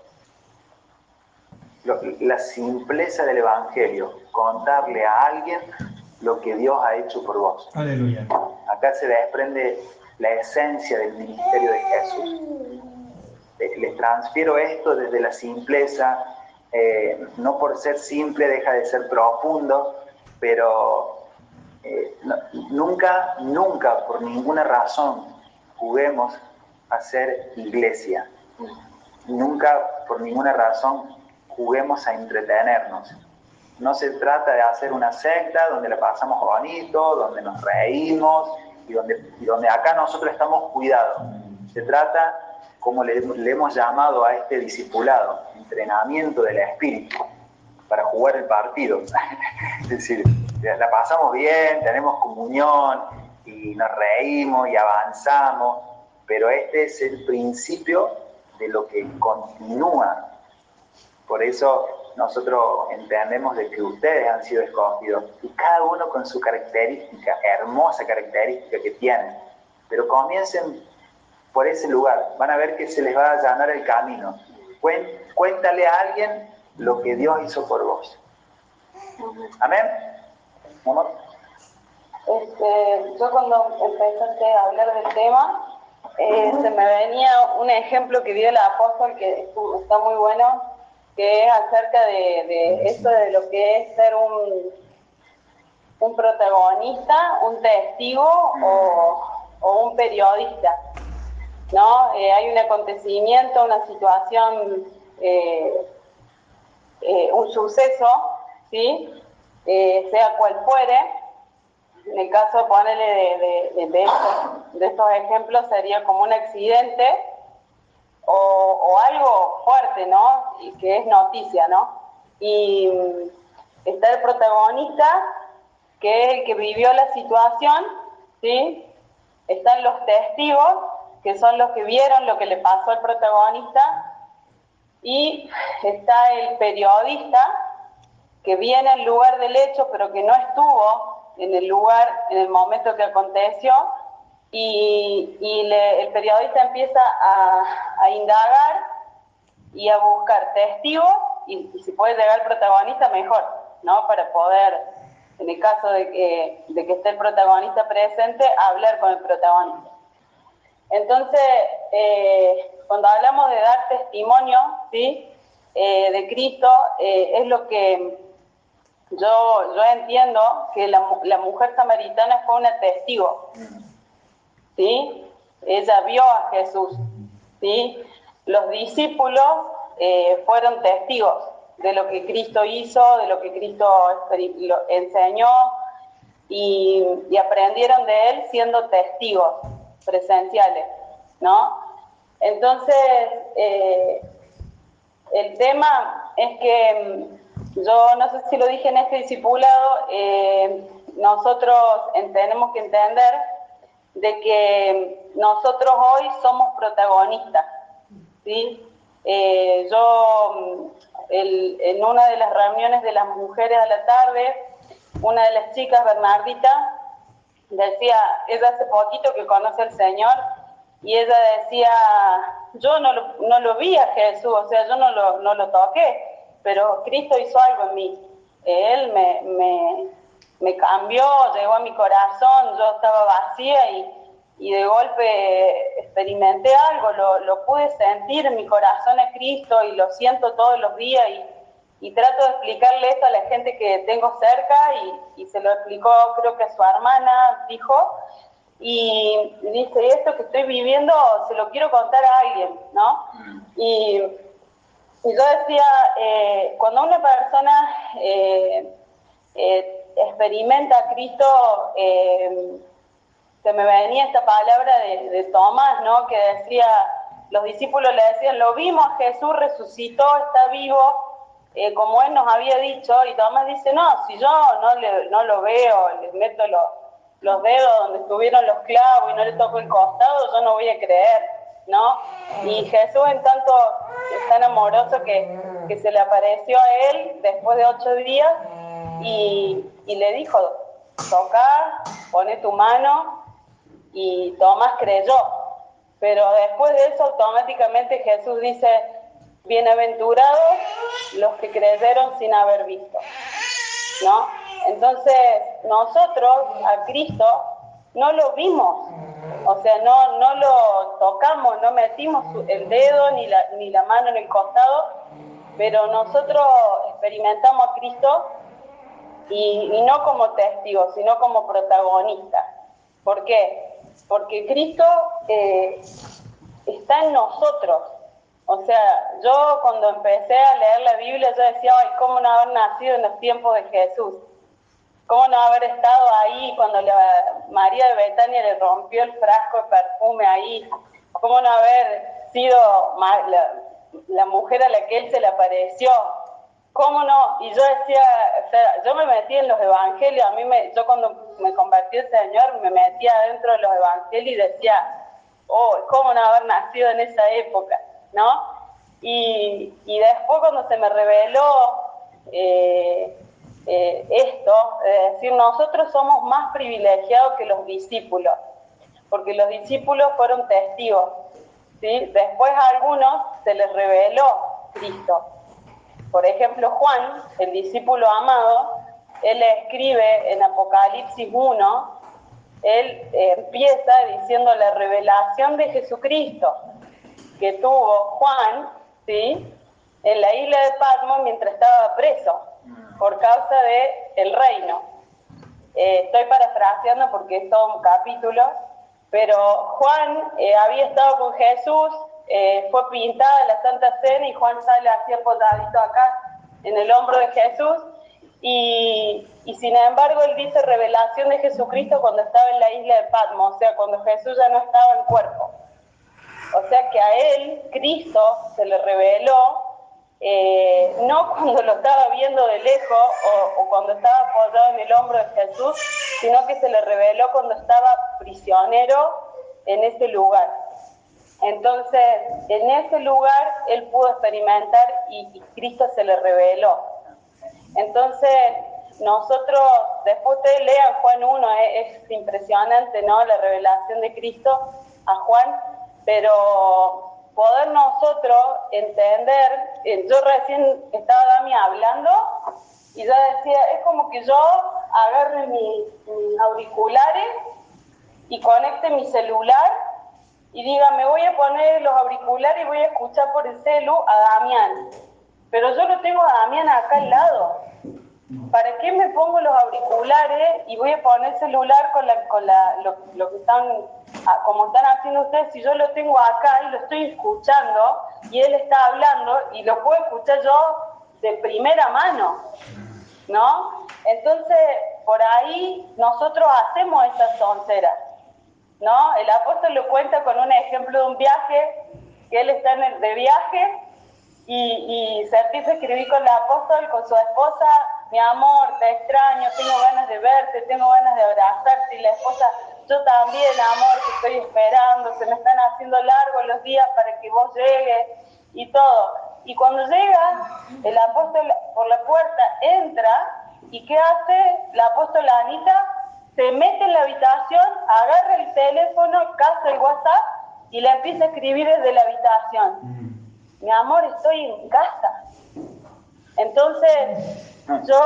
S1: La simpleza del Evangelio, contarle a alguien lo que Dios ha hecho por vos.
S3: Aleluya.
S1: Acá se desprende la esencia del ministerio de Jesús. Les transfiero esto desde la simpleza, eh, no por ser simple deja de ser profundo, pero eh, no, nunca, nunca, por ninguna razón, juguemos a ser iglesia. Nunca, por ninguna razón, juguemos a entretenernos. No se trata de hacer una secta donde la pasamos bonito, donde nos reímos y donde, y donde acá nosotros estamos cuidados. Se trata, como le, le hemos llamado a este discipulado, entrenamiento del espíritu para jugar el partido. Es decir, la pasamos bien, tenemos comunión y nos reímos y avanzamos, pero este es el principio de lo que continúa. Por eso nosotros entendemos de que ustedes han sido escogidos y cada uno con su característica, hermosa característica que tienen. Pero comiencen por ese lugar, van a ver que se les va a allanar el camino. Cuéntale a alguien lo que Dios hizo por vos. Amén. Amor.
S2: Este, yo cuando empezaste a hablar del tema, eh, se me venía un ejemplo que dio el apóstol que está muy bueno, que es acerca de, de eso de lo que es ser un, un protagonista, un testigo o, o un periodista, ¿no? Eh, hay un acontecimiento, una situación, eh, eh, un suceso, ¿sí? Eh, sea cual fuere. En el caso de ponerle de, de, de, estos, de estos ejemplos sería como un accidente o, o algo fuerte, ¿no? Y que es noticia, ¿no? Y está el protagonista, que es el que vivió la situación, ¿sí? Están los testigos, que son los que vieron lo que le pasó al protagonista, y está el periodista, que viene al lugar del hecho, pero que no estuvo en el lugar, en el momento que aconteció, y, y le, el periodista empieza a, a indagar y a buscar testigos, y, y si puede llegar al protagonista, mejor, ¿no? Para poder, en el caso de que, de que esté el protagonista presente, hablar con el protagonista. Entonces, eh, cuando hablamos de dar testimonio, ¿sí? eh, de Cristo, eh, es lo que yo, yo entiendo que la, la mujer samaritana fue una testigo, ¿sí? Ella vio a Jesús, ¿sí? Los discípulos eh, fueron testigos de lo que Cristo hizo, de lo que Cristo enseñó, y, y aprendieron de él siendo testigos presenciales, ¿no? Entonces, eh, el tema es que yo no sé si lo dije en este discipulado, eh, nosotros tenemos que entender de que nosotros hoy somos protagonistas, ¿sí? Eh, yo, el, en una de las reuniones de las mujeres a la tarde, una de las chicas, Bernardita, decía, ella hace poquito que conoce al Señor, y ella decía, yo no lo, no lo vi a Jesús, o sea, yo no lo, no lo toqué, pero Cristo hizo algo en mí. Él me, me, me cambió, llegó a mi corazón, yo estaba vacía y, y de golpe experimenté algo, lo, lo pude sentir en mi corazón a Cristo y lo siento todos los días, y, y trato de explicarle esto a la gente que tengo cerca, y, y se lo explicó creo que a su hermana, dijo, y dice, esto que estoy viviendo se lo quiero contar a alguien, ¿no? Y, y yo decía, eh, cuando una persona eh, eh, experimenta a Cristo, eh, se me venía esta palabra de, de Tomás, ¿no? Que decía, los discípulos le decían, lo vimos a Jesús, resucitó, está vivo, eh, como él nos había dicho, y Tomás dice, no, si yo no, le, no lo veo, le meto los, los dedos donde estuvieron los clavos y no le toco el costado, yo no voy a creer, ¿no? Y Jesús, en tanto es tan amoroso que, que se le apareció a él después de ocho días y, y le dijo, toca, pone tu mano, y Tomás creyó, pero después de eso automáticamente Jesús dice, bienaventurados los que creyeron sin haber visto, ¿no? Entonces nosotros a Cristo no lo vimos, o sea, no, no lo tocamos, no metimos el dedo ni la, ni la mano en el costado, pero nosotros experimentamos a Cristo, y, y no como testigos, sino como protagonistas. ¿Por qué? Porque Cristo eh, está en nosotros. O sea, yo cuando empecé a leer la Biblia, yo decía, ay, ¿cómo no haber nacido en los tiempos de Jesús? ¿Cómo no haber estado ahí cuando la, María de Betania le rompió el frasco de perfume ahí? ¿Cómo no haber sido la, la mujer a la que él se le apareció? ¿Cómo no? Y yo decía, o sea, yo me metí en los evangelios, a mí me, yo cuando me convertí al Señor me metía dentro de los evangelios y decía, oh, ¿cómo no haber nacido en esa época? ¿No? Y, y después cuando se me reveló eh, eh, esto, es decir, nosotros somos más privilegiados que los discípulos, porque los discípulos fueron testigos, ¿sí? Después a algunos se les reveló Cristo. Por ejemplo, Juan, el discípulo amado, él escribe en Apocalipsis uno, él eh, empieza diciendo la revelación de Jesucristo que tuvo Juan, ¿sí? en la isla de Patmos mientras estaba preso por causa del reino. Eh, estoy parafraseando porque es todo un capítulo, pero Juan eh, había estado con Jesús, eh, fue pintada la Santa Cena y Juan sale así apoyadito acá en el hombro de Jesús, y, y sin embargo él dice revelación de Jesucristo cuando estaba en la isla de Patmos, o sea, cuando Jesús ya no estaba en cuerpo. O sea que a él, Cristo, se le reveló, eh, no cuando lo estaba viendo de lejos o, o cuando estaba apoyado en el hombro de Jesús, sino que se le reveló cuando estaba prisionero en ese lugar. Entonces, en ese lugar él pudo experimentar y, y Cristo se le reveló. Entonces, nosotros, después ustedes lean Juan uno, es, es impresionante, ¿no?, la revelación de Cristo a Juan, pero poder nosotros entender, eh, yo recién estaba Dami hablando y yo decía, es como que yo agarre mis, mis auriculares y conecte mi celular y diga, me voy a poner los auriculares y voy a escuchar por el celu a Damián, pero yo lo tengo a Damián acá al lado. ¿Para qué me pongo los auriculares y voy a poner el celular con, la, con la, lo, lo que están, como están haciendo ustedes, si yo lo tengo acá y lo estoy escuchando y él está hablando y lo puedo escuchar yo de primera mano, ¿no? Entonces, por ahí nosotros hacemos esas tonteras, ¿no? El apóstol lo cuenta con un ejemplo de un viaje, que él está en el, de viaje y, y Serti se escribí con el apóstol, con su esposa, mi amor, te extraño, tengo ganas de verte, tengo ganas de abrazarte, y la esposa, yo también, amor, te estoy esperando, se me están haciendo largos los días para que vos llegues, y todo. Y cuando llega, el apóstol por la puerta entra, y ¿qué hace la apóstola Anita? Se mete en la habitación, agarra el teléfono, caza el WhatsApp, y le empieza a escribir desde la habitación. Mm. Mi amor, estoy en casa. Entonces, yo,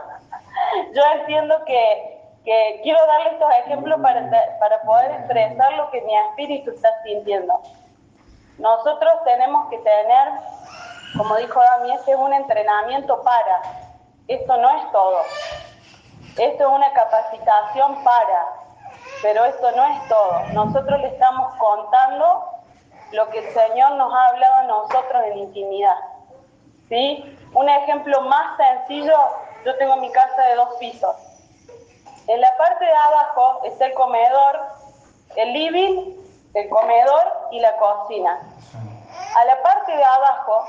S2: yo entiendo que, que quiero darle estos ejemplos para, para poder expresar lo que mi espíritu está sintiendo. Nosotros tenemos que tener, como dijo Dami, este es un entrenamiento para. Esto no es todo. Esto es una capacitación para, pero esto no es todo. Nosotros le estamos contando lo que el Señor nos ha hablado a nosotros en intimidad, ¿sí? Un ejemplo más sencillo, yo tengo mi casa de dos pisos. En la parte de abajo está el comedor, el living, el comedor y la cocina. A la parte de abajo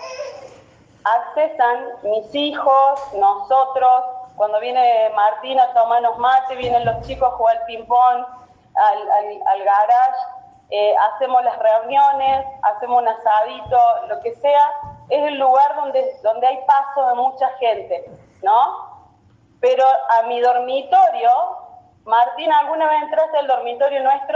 S2: accesan mis hijos, nosotros, cuando viene Martín a tomarnos mate, vienen los chicos a jugar al ping-pong, al, al, al garage, eh, hacemos las reuniones, hacemos un asadito, lo que sea. Es el lugar donde, donde hay paso de mucha gente, ¿no? Pero a mi dormitorio, Martín, ¿alguna vez entraste al dormitorio nuestro?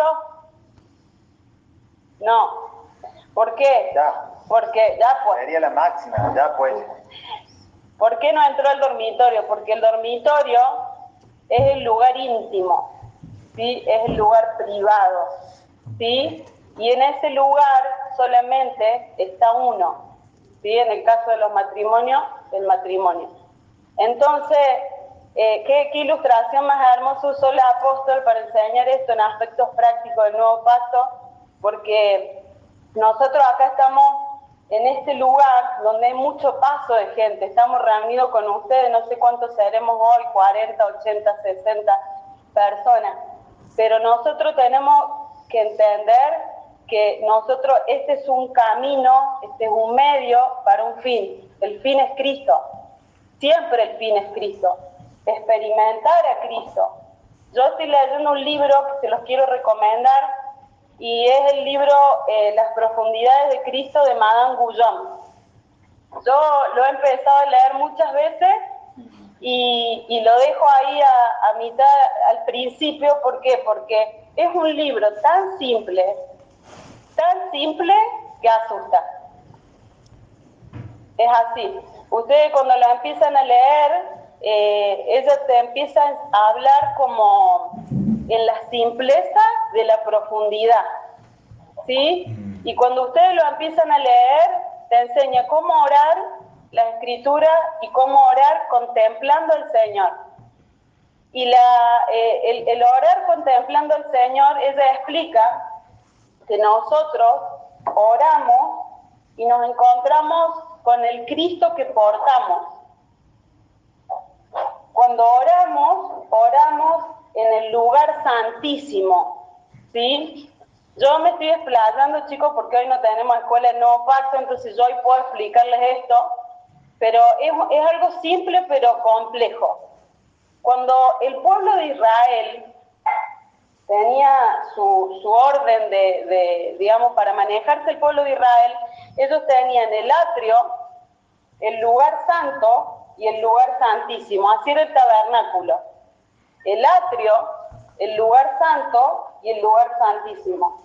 S2: No. ¿Por qué?
S1: Ya.
S2: Porque ya pues.
S1: Sería la máxima, ya pues.
S2: ¿Por qué no entró al dormitorio? Porque el dormitorio es el lugar íntimo, ¿sí? Es el lugar privado, ¿sí? Y en ese lugar solamente está uno, ¿sí? En el caso de los matrimonios, el matrimonio. Entonces, eh, ¿qué, qué ilustración más hermosa usó el apóstol para enseñar esto en aspectos prácticos del nuevo pacto? Porque nosotros acá estamos en este lugar donde hay mucho paso de gente, estamos reunidos con ustedes, no sé cuántos seremos hoy, cuarenta, ochenta, sesenta personas, pero nosotros tenemos que entender que nosotros, este es un camino, este es un medio para un fin, el fin es Cristo, siempre el fin es Cristo, experimentar a Cristo. Yo estoy leyendo un libro que se los quiero recomendar, y es el libro eh, Las profundidades de Cristo de Madame Guyon. Yo lo he empezado a leer muchas veces y, y lo dejo ahí a, a mitad, al principio. ¿Por qué? Porque es un libro tan simple, tan simple que asusta. Es así. Ustedes cuando lo empiezan a leer, eh, ellos te empiezan a hablar como en la simpleza de la profundidad, ¿sí? Y cuando ustedes lo empiezan a leer, te enseña cómo orar la Escritura y cómo orar contemplando al Señor. Y la, eh, el, el orar contemplando al Señor, ella explica que nosotros oramos y nos encontramos con el Cristo que portamos. Cuando oramos, oramos en el lugar santísimo, ¿sí? Yo me estoy explayando, chicos, porque hoy no tenemos escuela de nuevo pacto, entonces yo hoy puedo explicarles esto, pero es, es algo simple pero complejo. Cuando el pueblo de Israel tenía su, su orden de, de, digamos, para manejarse el pueblo de Israel, ellos tenían el atrio, el lugar santo y el lugar santísimo, así era el tabernáculo. El atrio, el lugar santo y el lugar santísimo.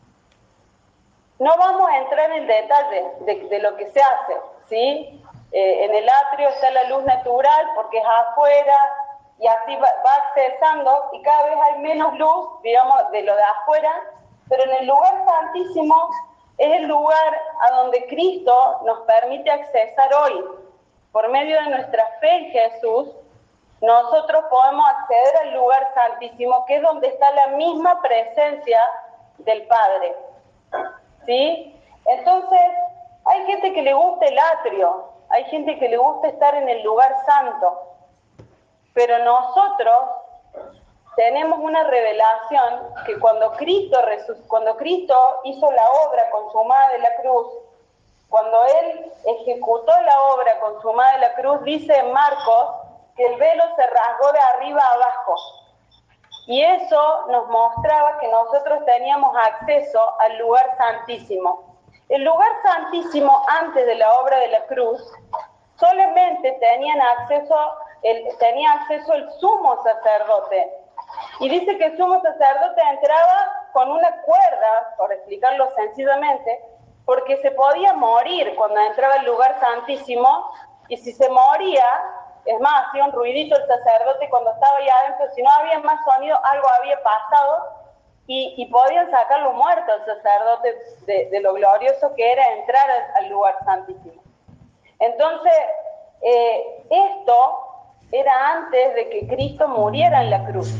S2: No vamos a entrar en detalle de, de lo que se hace, ¿sí? Eh, en el atrio está la luz natural porque es afuera y así va, va accesando y cada vez hay menos luz, digamos, de lo de afuera, pero en el lugar santísimo es el lugar a donde Cristo nos permite accesar hoy. Por medio de nuestra fe en Jesús, nosotros podemos acceder al lugar santísimo, que es donde está la misma presencia del Padre. ¿Sí? Entonces, hay gente que le gusta el atrio, hay gente que le gusta estar en el lugar santo, pero nosotros tenemos una revelación que cuando Cristo, cuando Cristo hizo la obra consumada de la cruz, cuando Él ejecutó la obra consumada de la cruz, dice en Marcos que el velo se rasgó de arriba a abajo. Y eso nos mostraba que nosotros teníamos acceso al lugar santísimo. El lugar santísimo antes de la obra de la cruz, solamente tenían acceso, el, tenía acceso el sumo sacerdote. Y dice que el sumo sacerdote entraba con una cuerda, por explicarlo sencillamente, porque se podía morir cuando entraba al lugar santísimo, y si se moría, es más, hacía un ruidito el sacerdote cuando estaba ahí adentro, si no había más sonido, algo había pasado, y, y podían sacarlo muerto al sacerdote de, de lo glorioso que era entrar al, al lugar santísimo. Entonces, eh, esto era antes de que Cristo muriera en la cruz,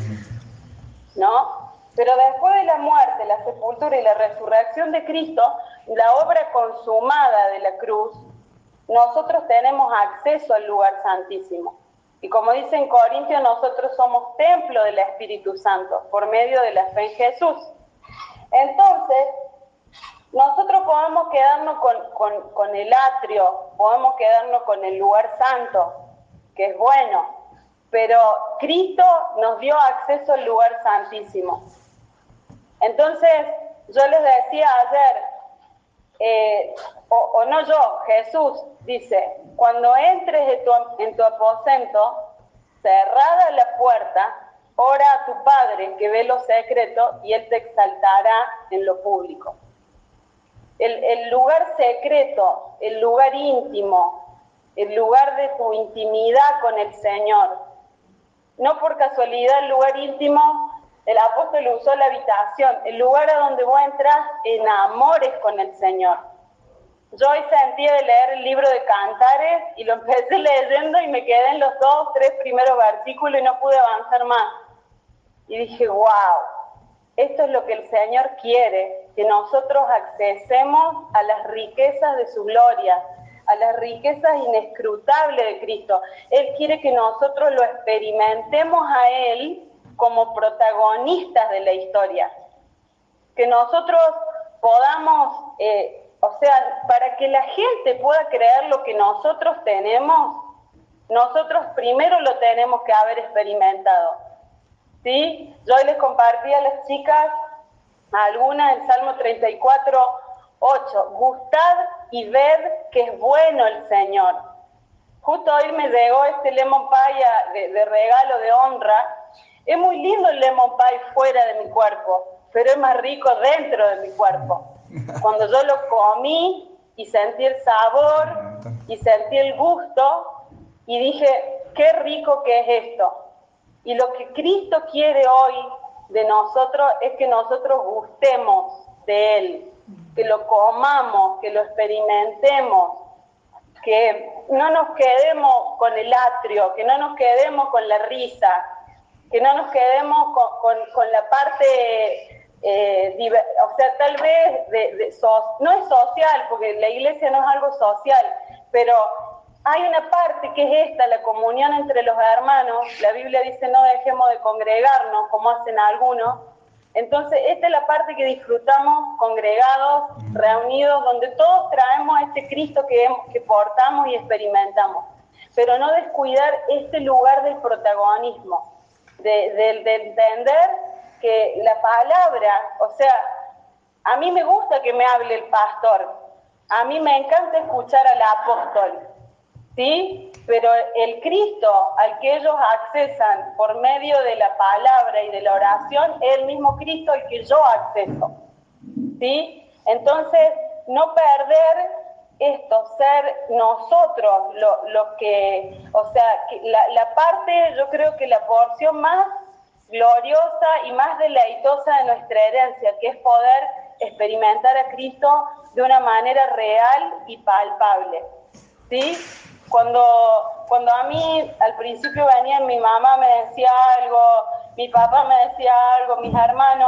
S2: ¿no? Pero después de la muerte, la sepultura y la resurrección de Cristo, la obra consumada de la cruz, nosotros tenemos acceso al lugar santísimo. Y como dice en Corintios, nosotros somos templo del Espíritu Santo por medio de la fe en Jesús. Entonces, nosotros podemos quedarnos con, con, con el atrio, podemos quedarnos con el lugar santo, que es bueno, pero Cristo nos dio acceso al lugar santísimo. Entonces, yo les decía ayer, eh, o, o no yo, Jesús dice, cuando entres en tu, en tu aposento, cerrada la puerta, ora a tu Padre que ve lo secreto y Él te exaltará en lo público. El, el lugar secreto, el lugar íntimo, el lugar de tu intimidad con el Señor. No por casualidad el lugar íntimo, el apóstol usó la habitación, el lugar a donde vos entras en amores con el Señor. Yo hoy sentí de leer el libro de Cantares y lo empecé leyendo y me quedé en los dos, tres primeros versículos y no pude avanzar más. Y dije, wow, esto es lo que el Señor quiere, que nosotros accesemos a las riquezas de su gloria, a las riquezas inescrutables de Cristo. Él quiere que nosotros lo experimentemos a Él como protagonistas de la historia. Que nosotros podamos, eh, o sea, para que la gente pueda creer lo que nosotros tenemos, nosotros primero lo tenemos que haber experimentado. ¿Sí? Yo hoy les compartí a las chicas algunas del Salmo treinta y cuatro, ocho. Gustad y ved que es bueno el Señor. Justo hoy me llegó este lemon pie de, de regalo de honra. Es muy lindo el lemon pie fuera de mi cuerpo, pero es más rico dentro de mi cuerpo. Cuando yo lo comí y sentí el sabor y sentí el gusto y dije, qué rico que es esto. Y lo que Cristo quiere hoy de nosotros es que nosotros gustemos de Él, que lo comamos, que lo experimentemos, que no nos quedemos con el atrio, que no nos quedemos con la risa, que no nos quedemos con, con, con la parte, eh, diver, o sea, tal vez, de, de so, no es social, porque la iglesia no es algo social, pero hay una parte que es esta, la comunión entre los hermanos. La Biblia dice no dejemos de congregarnos como hacen algunos. Entonces esta es la parte que disfrutamos congregados, reunidos, donde todos traemos este Cristo que, que portamos y experimentamos, pero no descuidar este lugar del protagonismo, de, de, de entender que la palabra, o sea, a mí me gusta que me hable el pastor, a mí me encanta escuchar al apóstol, ¿sí? Pero el Cristo al que ellos accesan por medio de la palabra y de la oración es el mismo Cristo al que yo acceso, ¿sí? Entonces, no perder esto, ser nosotros los lo que, o sea, que la, la parte, yo creo que la porción más gloriosa y más deleitosa de nuestra herencia, que es poder experimentar a Cristo de una manera real y palpable, ¿sí? Cuando, cuando a mí al principio venían, mi mamá me decía algo, mi papá me decía algo, mis hermanos,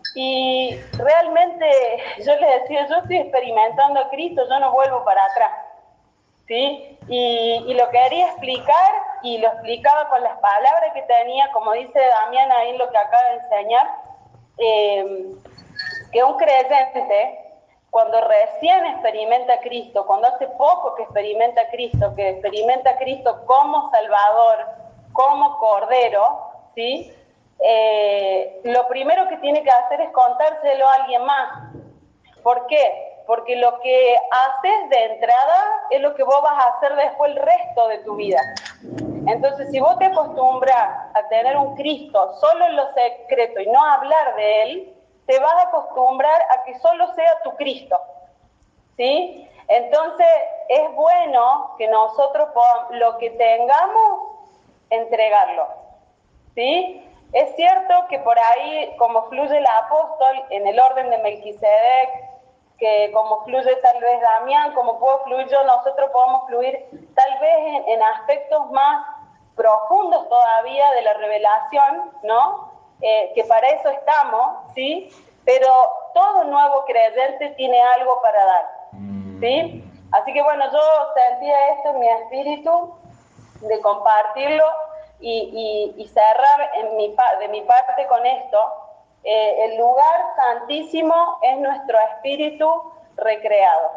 S2: y realmente yo les decía, yo estoy experimentando a Cristo, yo no vuelvo para atrás, ¿sí? Y, y lo quería explicar, y lo explicaba con las palabras que tenía, como dice Damián ahí en lo que acaba de enseñar, eh, que un creyente, cuando recién experimenta a Cristo, cuando hace poco que experimenta a Cristo, que experimenta a Cristo como Salvador, como Cordero, ¿sí? Eh, lo primero que tiene que hacer es contárselo a alguien más. ¿Por qué? Porque lo que haces de entrada es lo que vos vas a hacer después el resto de tu vida. Entonces, si vos te acostumbras a tener un Cristo solo en lo secreto y no hablar de Él, te vas a acostumbrar a que solo sea tu Cristo, ¿sí? Entonces, es bueno que nosotros podamos, lo que tengamos, entregarlo, ¿sí? Es cierto que por ahí, como fluye el apóstol en el orden de Melquisedec, que como fluye tal vez Damián, como puedo fluir yo, nosotros podemos fluir tal vez en, en aspectos más profundos todavía de la revelación, ¿no? Eh, que para eso estamos, ¿sí? Pero todo nuevo creyente tiene algo para dar, ¿sí? Así que bueno, yo sentía esto en mi espíritu, de compartirlo y, y, y cerrar en mi, de mi parte con esto. Eh, el lugar santísimo es nuestro espíritu recreado.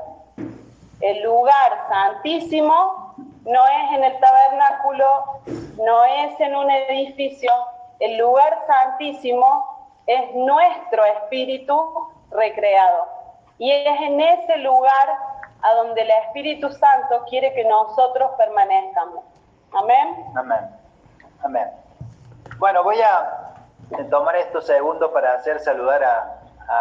S2: El lugar santísimo no es en el tabernáculo, no es en un edificio. El lugar santísimo es nuestro espíritu recreado. Y es en ese lugar a donde el Espíritu Santo quiere que nosotros permanezcamos. Amén.
S1: Amén. Amén. Bueno, voy a tomar estos segundos para hacer saludar a,